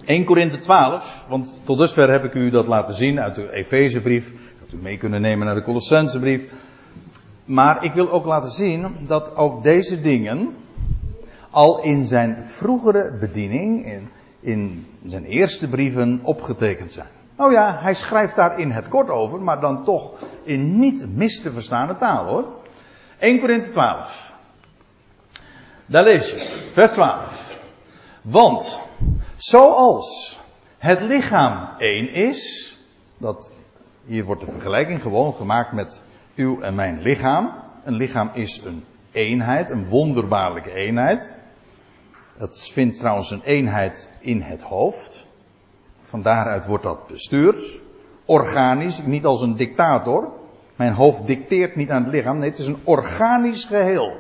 1 Korinthe 12, want tot dusver heb ik u dat laten zien uit de Efezebrief. Ik had u mee kunnen nemen naar de Colossensebrief. Maar ik wil ook laten zien dat ook deze dingen al in zijn vroegere bediening, in zijn eerste brieven opgetekend zijn. Nou ja, hij schrijft daar in het kort over, maar dan toch in niet mis te verstaande taal hoor. 1 Korinthe 12. Daar lees je, vers 12. Want zoals het lichaam één is, hier wordt de vergelijking gewoon gemaakt met uw en mijn lichaam. Een lichaam is een eenheid, een wonderbaarlijke eenheid. Het vindt trouwens een eenheid in het hoofd. Van daaruit wordt dat bestuurd. Organisch, niet als een dictator. Mijn hoofd dicteert niet aan het lichaam. Nee, het is een organisch geheel.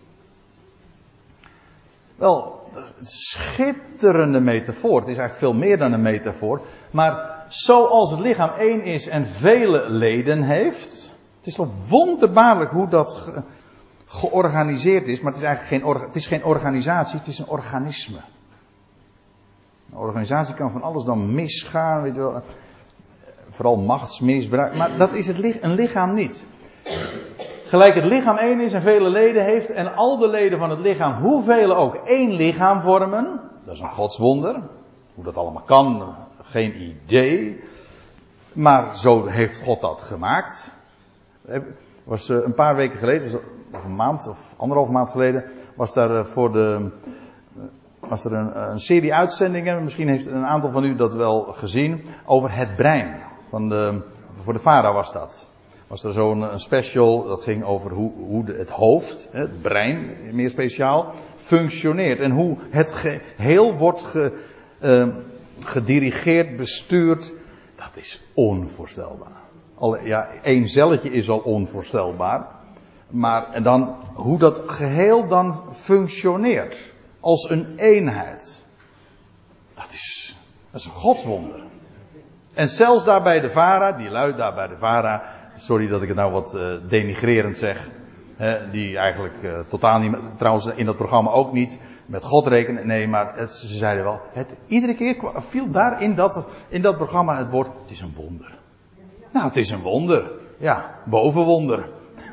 Wel, een schitterende metafoor. Het is eigenlijk veel meer dan een metafoor. Maar zoals het lichaam één is en vele leden heeft. Het is toch wonderbaarlijk hoe dat georganiseerd is. Maar het is eigenlijk geen organisatie, het is een organisme. Een organisatie kan van alles dan misgaan, weet je wel. Vooral machtsmisbruik. Maar dat is een lichaam niet. Gelijk het lichaam één is en vele leden heeft. En al de leden van het lichaam, hoeveel ook, één lichaam vormen. Dat is een godswonder. Hoe dat allemaal kan, geen idee. Maar zo heeft God dat gemaakt. Was een paar weken geleden, of een maand of anderhalf maand geleden, was daar was er een serie uitzendingen, misschien heeft een aantal van u dat wel gezien, over het brein. Voor de VARA was dat. Was er zo'n special, dat ging over hoe het hoofd, het brein meer speciaal, functioneert. En hoe het geheel wordt gedirigeerd, bestuurd. Dat is onvoorstelbaar. Één celletje is al onvoorstelbaar. En dan hoe dat geheel dan functioneert. Als een eenheid. Dat is een godswonder. En zelfs daar bij de VARA, die luidt daar bij de VARA. Sorry dat ik het nou wat denigrerend zeg. Die eigenlijk totaal niet, trouwens in dat programma ook niet, met God rekenen. Nee, maar ze zeiden wel, iedere keer viel daar in dat programma het woord, het is een wonder. Nou, het is een wonder. Ja, bovenwonder.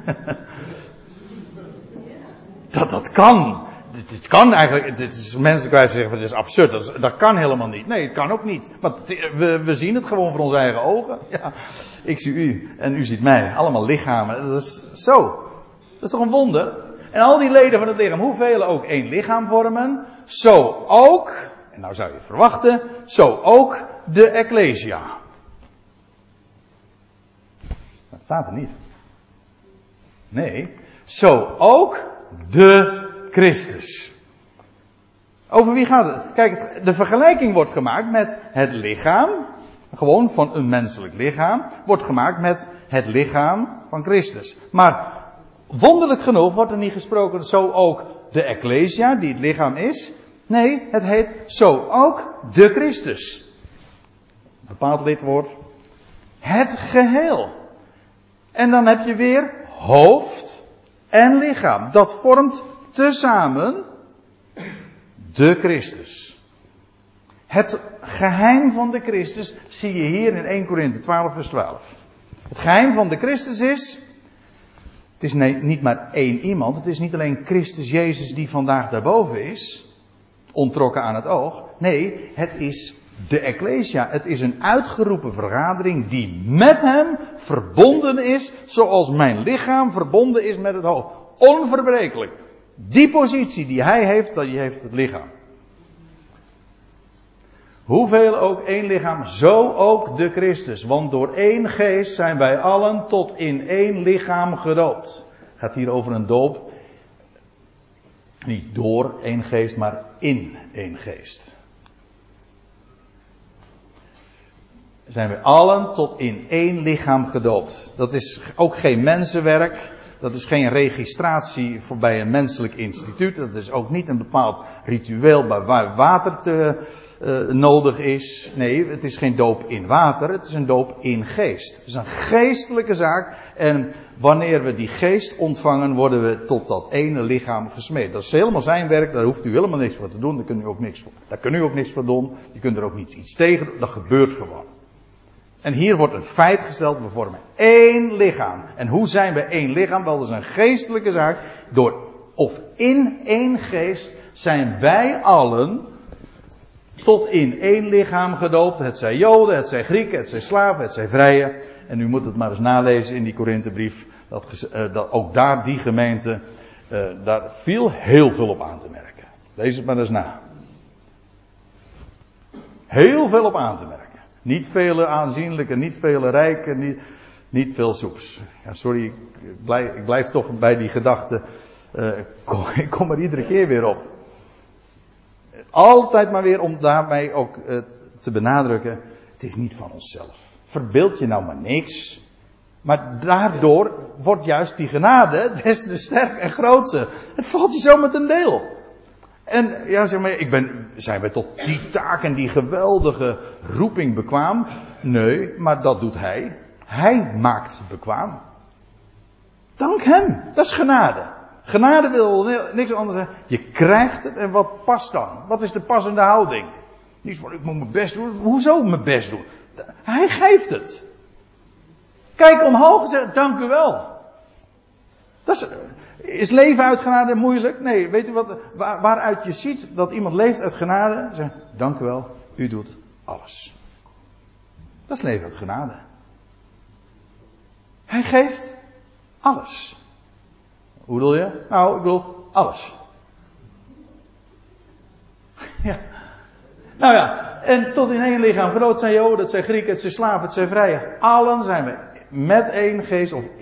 Dat kan. Dit kan eigenlijk, het is menselijk wijze zeggen, het is absurd. Dat kan helemaal niet. Nee, het kan ook niet. Want we zien het gewoon voor onze eigen ogen. Ja, ik zie u en u ziet mij. Allemaal lichamen. Dat is zo. Dat is toch een wonder? En al die leden van het lichaam, hoeveel ook één lichaam vormen, zo ook, en nou zou je verwachten, zo ook de Ecclesia. Dat staat er niet. Nee, zo ook de Christus. Over wie gaat het? Kijk, de vergelijking wordt gemaakt met het lichaam, gewoon van een menselijk lichaam, wordt gemaakt met het lichaam van Christus. Maar wonderlijk genoeg wordt er niet gesproken zo ook de Ecclesia, die het lichaam is. Nee, het heet zo ook de Christus. Een bepaald lidwoord. Het geheel. En dan heb je weer hoofd en lichaam. Dat vormt tezamen de Christus. Het geheim van de Christus zie je hier in 1 Korinthe 12 vers 12. Het geheim van de Christus is, het is niet maar één iemand, het is niet alleen Christus Jezus die vandaag daarboven is, ontrokken aan het oog. Nee, het is de Ecclesia. Het is een uitgeroepen vergadering die met hem verbonden is, zoals mijn lichaam verbonden is met het hoofd. Onverbrekelijk. Die positie die hij heeft, die heeft het lichaam. Hoeveel ook één lichaam, zo ook de Christus. Want door één geest zijn wij allen tot in één lichaam gedoopt. Het gaat hier over een doop. Niet door één geest, maar in één geest. Zijn we allen tot in één lichaam gedoopt. Dat is ook geen mensenwerk. Dat is geen registratie bij een menselijk instituut. Dat is ook niet een bepaald ritueel bij water nodig is. Nee, het is geen doop in water, het is een doop in geest. Het is een geestelijke zaak. En wanneer we die geest ontvangen, worden we tot dat ene lichaam gesmeed. Dat is helemaal zijn werk, daar hoeft u helemaal niks voor te doen. Daar kunt u ook niks voor doen. Je kunt er ook niet iets tegen doen, dat gebeurt gewoon. En hier wordt een feit gesteld, we vormen één lichaam. En hoe zijn we één lichaam? Wel, dat is een geestelijke zaak. Door of in één geest zijn wij allen tot in één lichaam gedoopt. Het zij Joden, het zij Grieken, het zij slaven, het zij vrijen. En u moet het maar eens nalezen in die Korinthebrief. Dat ook daar die gemeente, daar viel heel veel op aan te merken. Lees het maar eens na. Heel veel op aan te merken. Niet vele aanzienlijke, niet vele rijken, niet veel soeps. Ja, sorry, ik blijf toch bij die gedachte. Ik kom er iedere keer weer op. Altijd maar weer om daarmee ook te benadrukken. Het is niet van onszelf. Verbeeld je nou maar niks. Maar daardoor wordt juist die genade des te sterk en grootser. Het valt je zo met een deel. En ja, zeg maar, zijn wij tot die taak en die geweldige roeping bekwaam? Nee, maar dat doet hij. Hij maakt bekwaam. Dank hem. Dat is genade. Genade wil niks anders zijn. Je krijgt het en wat past dan? Wat is de passende houding? Niet van, ik moet mijn best doen. Hoezo mijn best doen? Hij geeft het. Kijk omhoog en zeg, dank u wel. Is leven uit genade moeilijk? Nee, weet u wat, waaruit je ziet dat iemand leeft uit genade? Zeg, dank u wel, u doet alles. Dat is leven uit genade. Hij geeft alles. Hoe bedoel je? Nou, ik bedoel alles. Ja. Nou ja, en tot in één lichaam groot zijn Joden, het zijn Grieken, het zijn slaven, het zijn vrijen. Allen zijn we met één geest of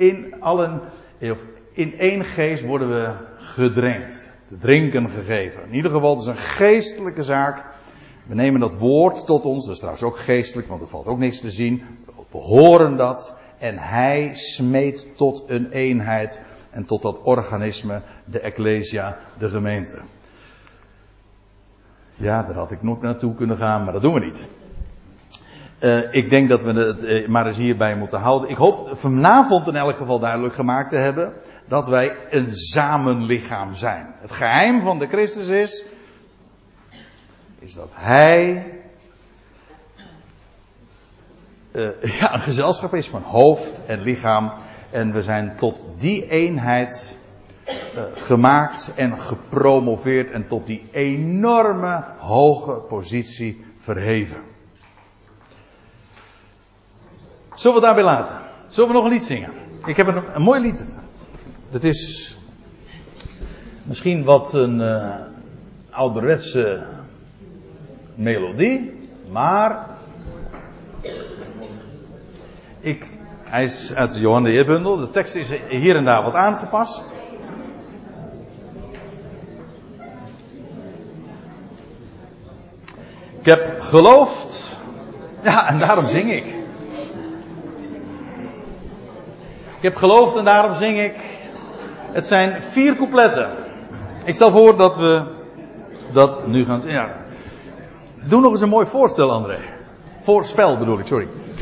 in één geest worden we gedrenkt. Te drinken gegeven. In ieder geval, het is een geestelijke zaak. We nemen dat woord tot ons, dat is trouwens ook geestelijk, want er valt ook niks te zien. We horen dat en hij smeet tot een eenheid en tot dat organisme, de Ecclesia, de gemeente. Ja, daar had ik nog naartoe kunnen gaan, maar dat doen we niet. Ik denk dat we het maar eens hierbij moeten houden. Ik hoop vanavond in elk geval duidelijk gemaakt te hebben dat wij een samenlichaam zijn. Het geheim van de Christus is dat hij een gezelschap is van hoofd en lichaam. En we zijn tot die eenheid gemaakt en gepromoveerd en tot die enorme hoge positie verheven. Zullen we het daarbij laten? Zullen we nog een lied zingen? Ik heb een mooi lied. Dat is misschien wat een ouderwetse melodie, maar hij is uit de Johan de Heerbundel. De tekst is hier en daar wat aangepast. Ik heb geloofd. Ja, en daarom zing ik. Ik heb geloofd en daarom zing ik. Het zijn 4 coupletten. Ik stel voor dat we dat nu gaan zingen. Ja. Doe nog eens een mooi voorstel, André. Voorspel bedoel ik, sorry.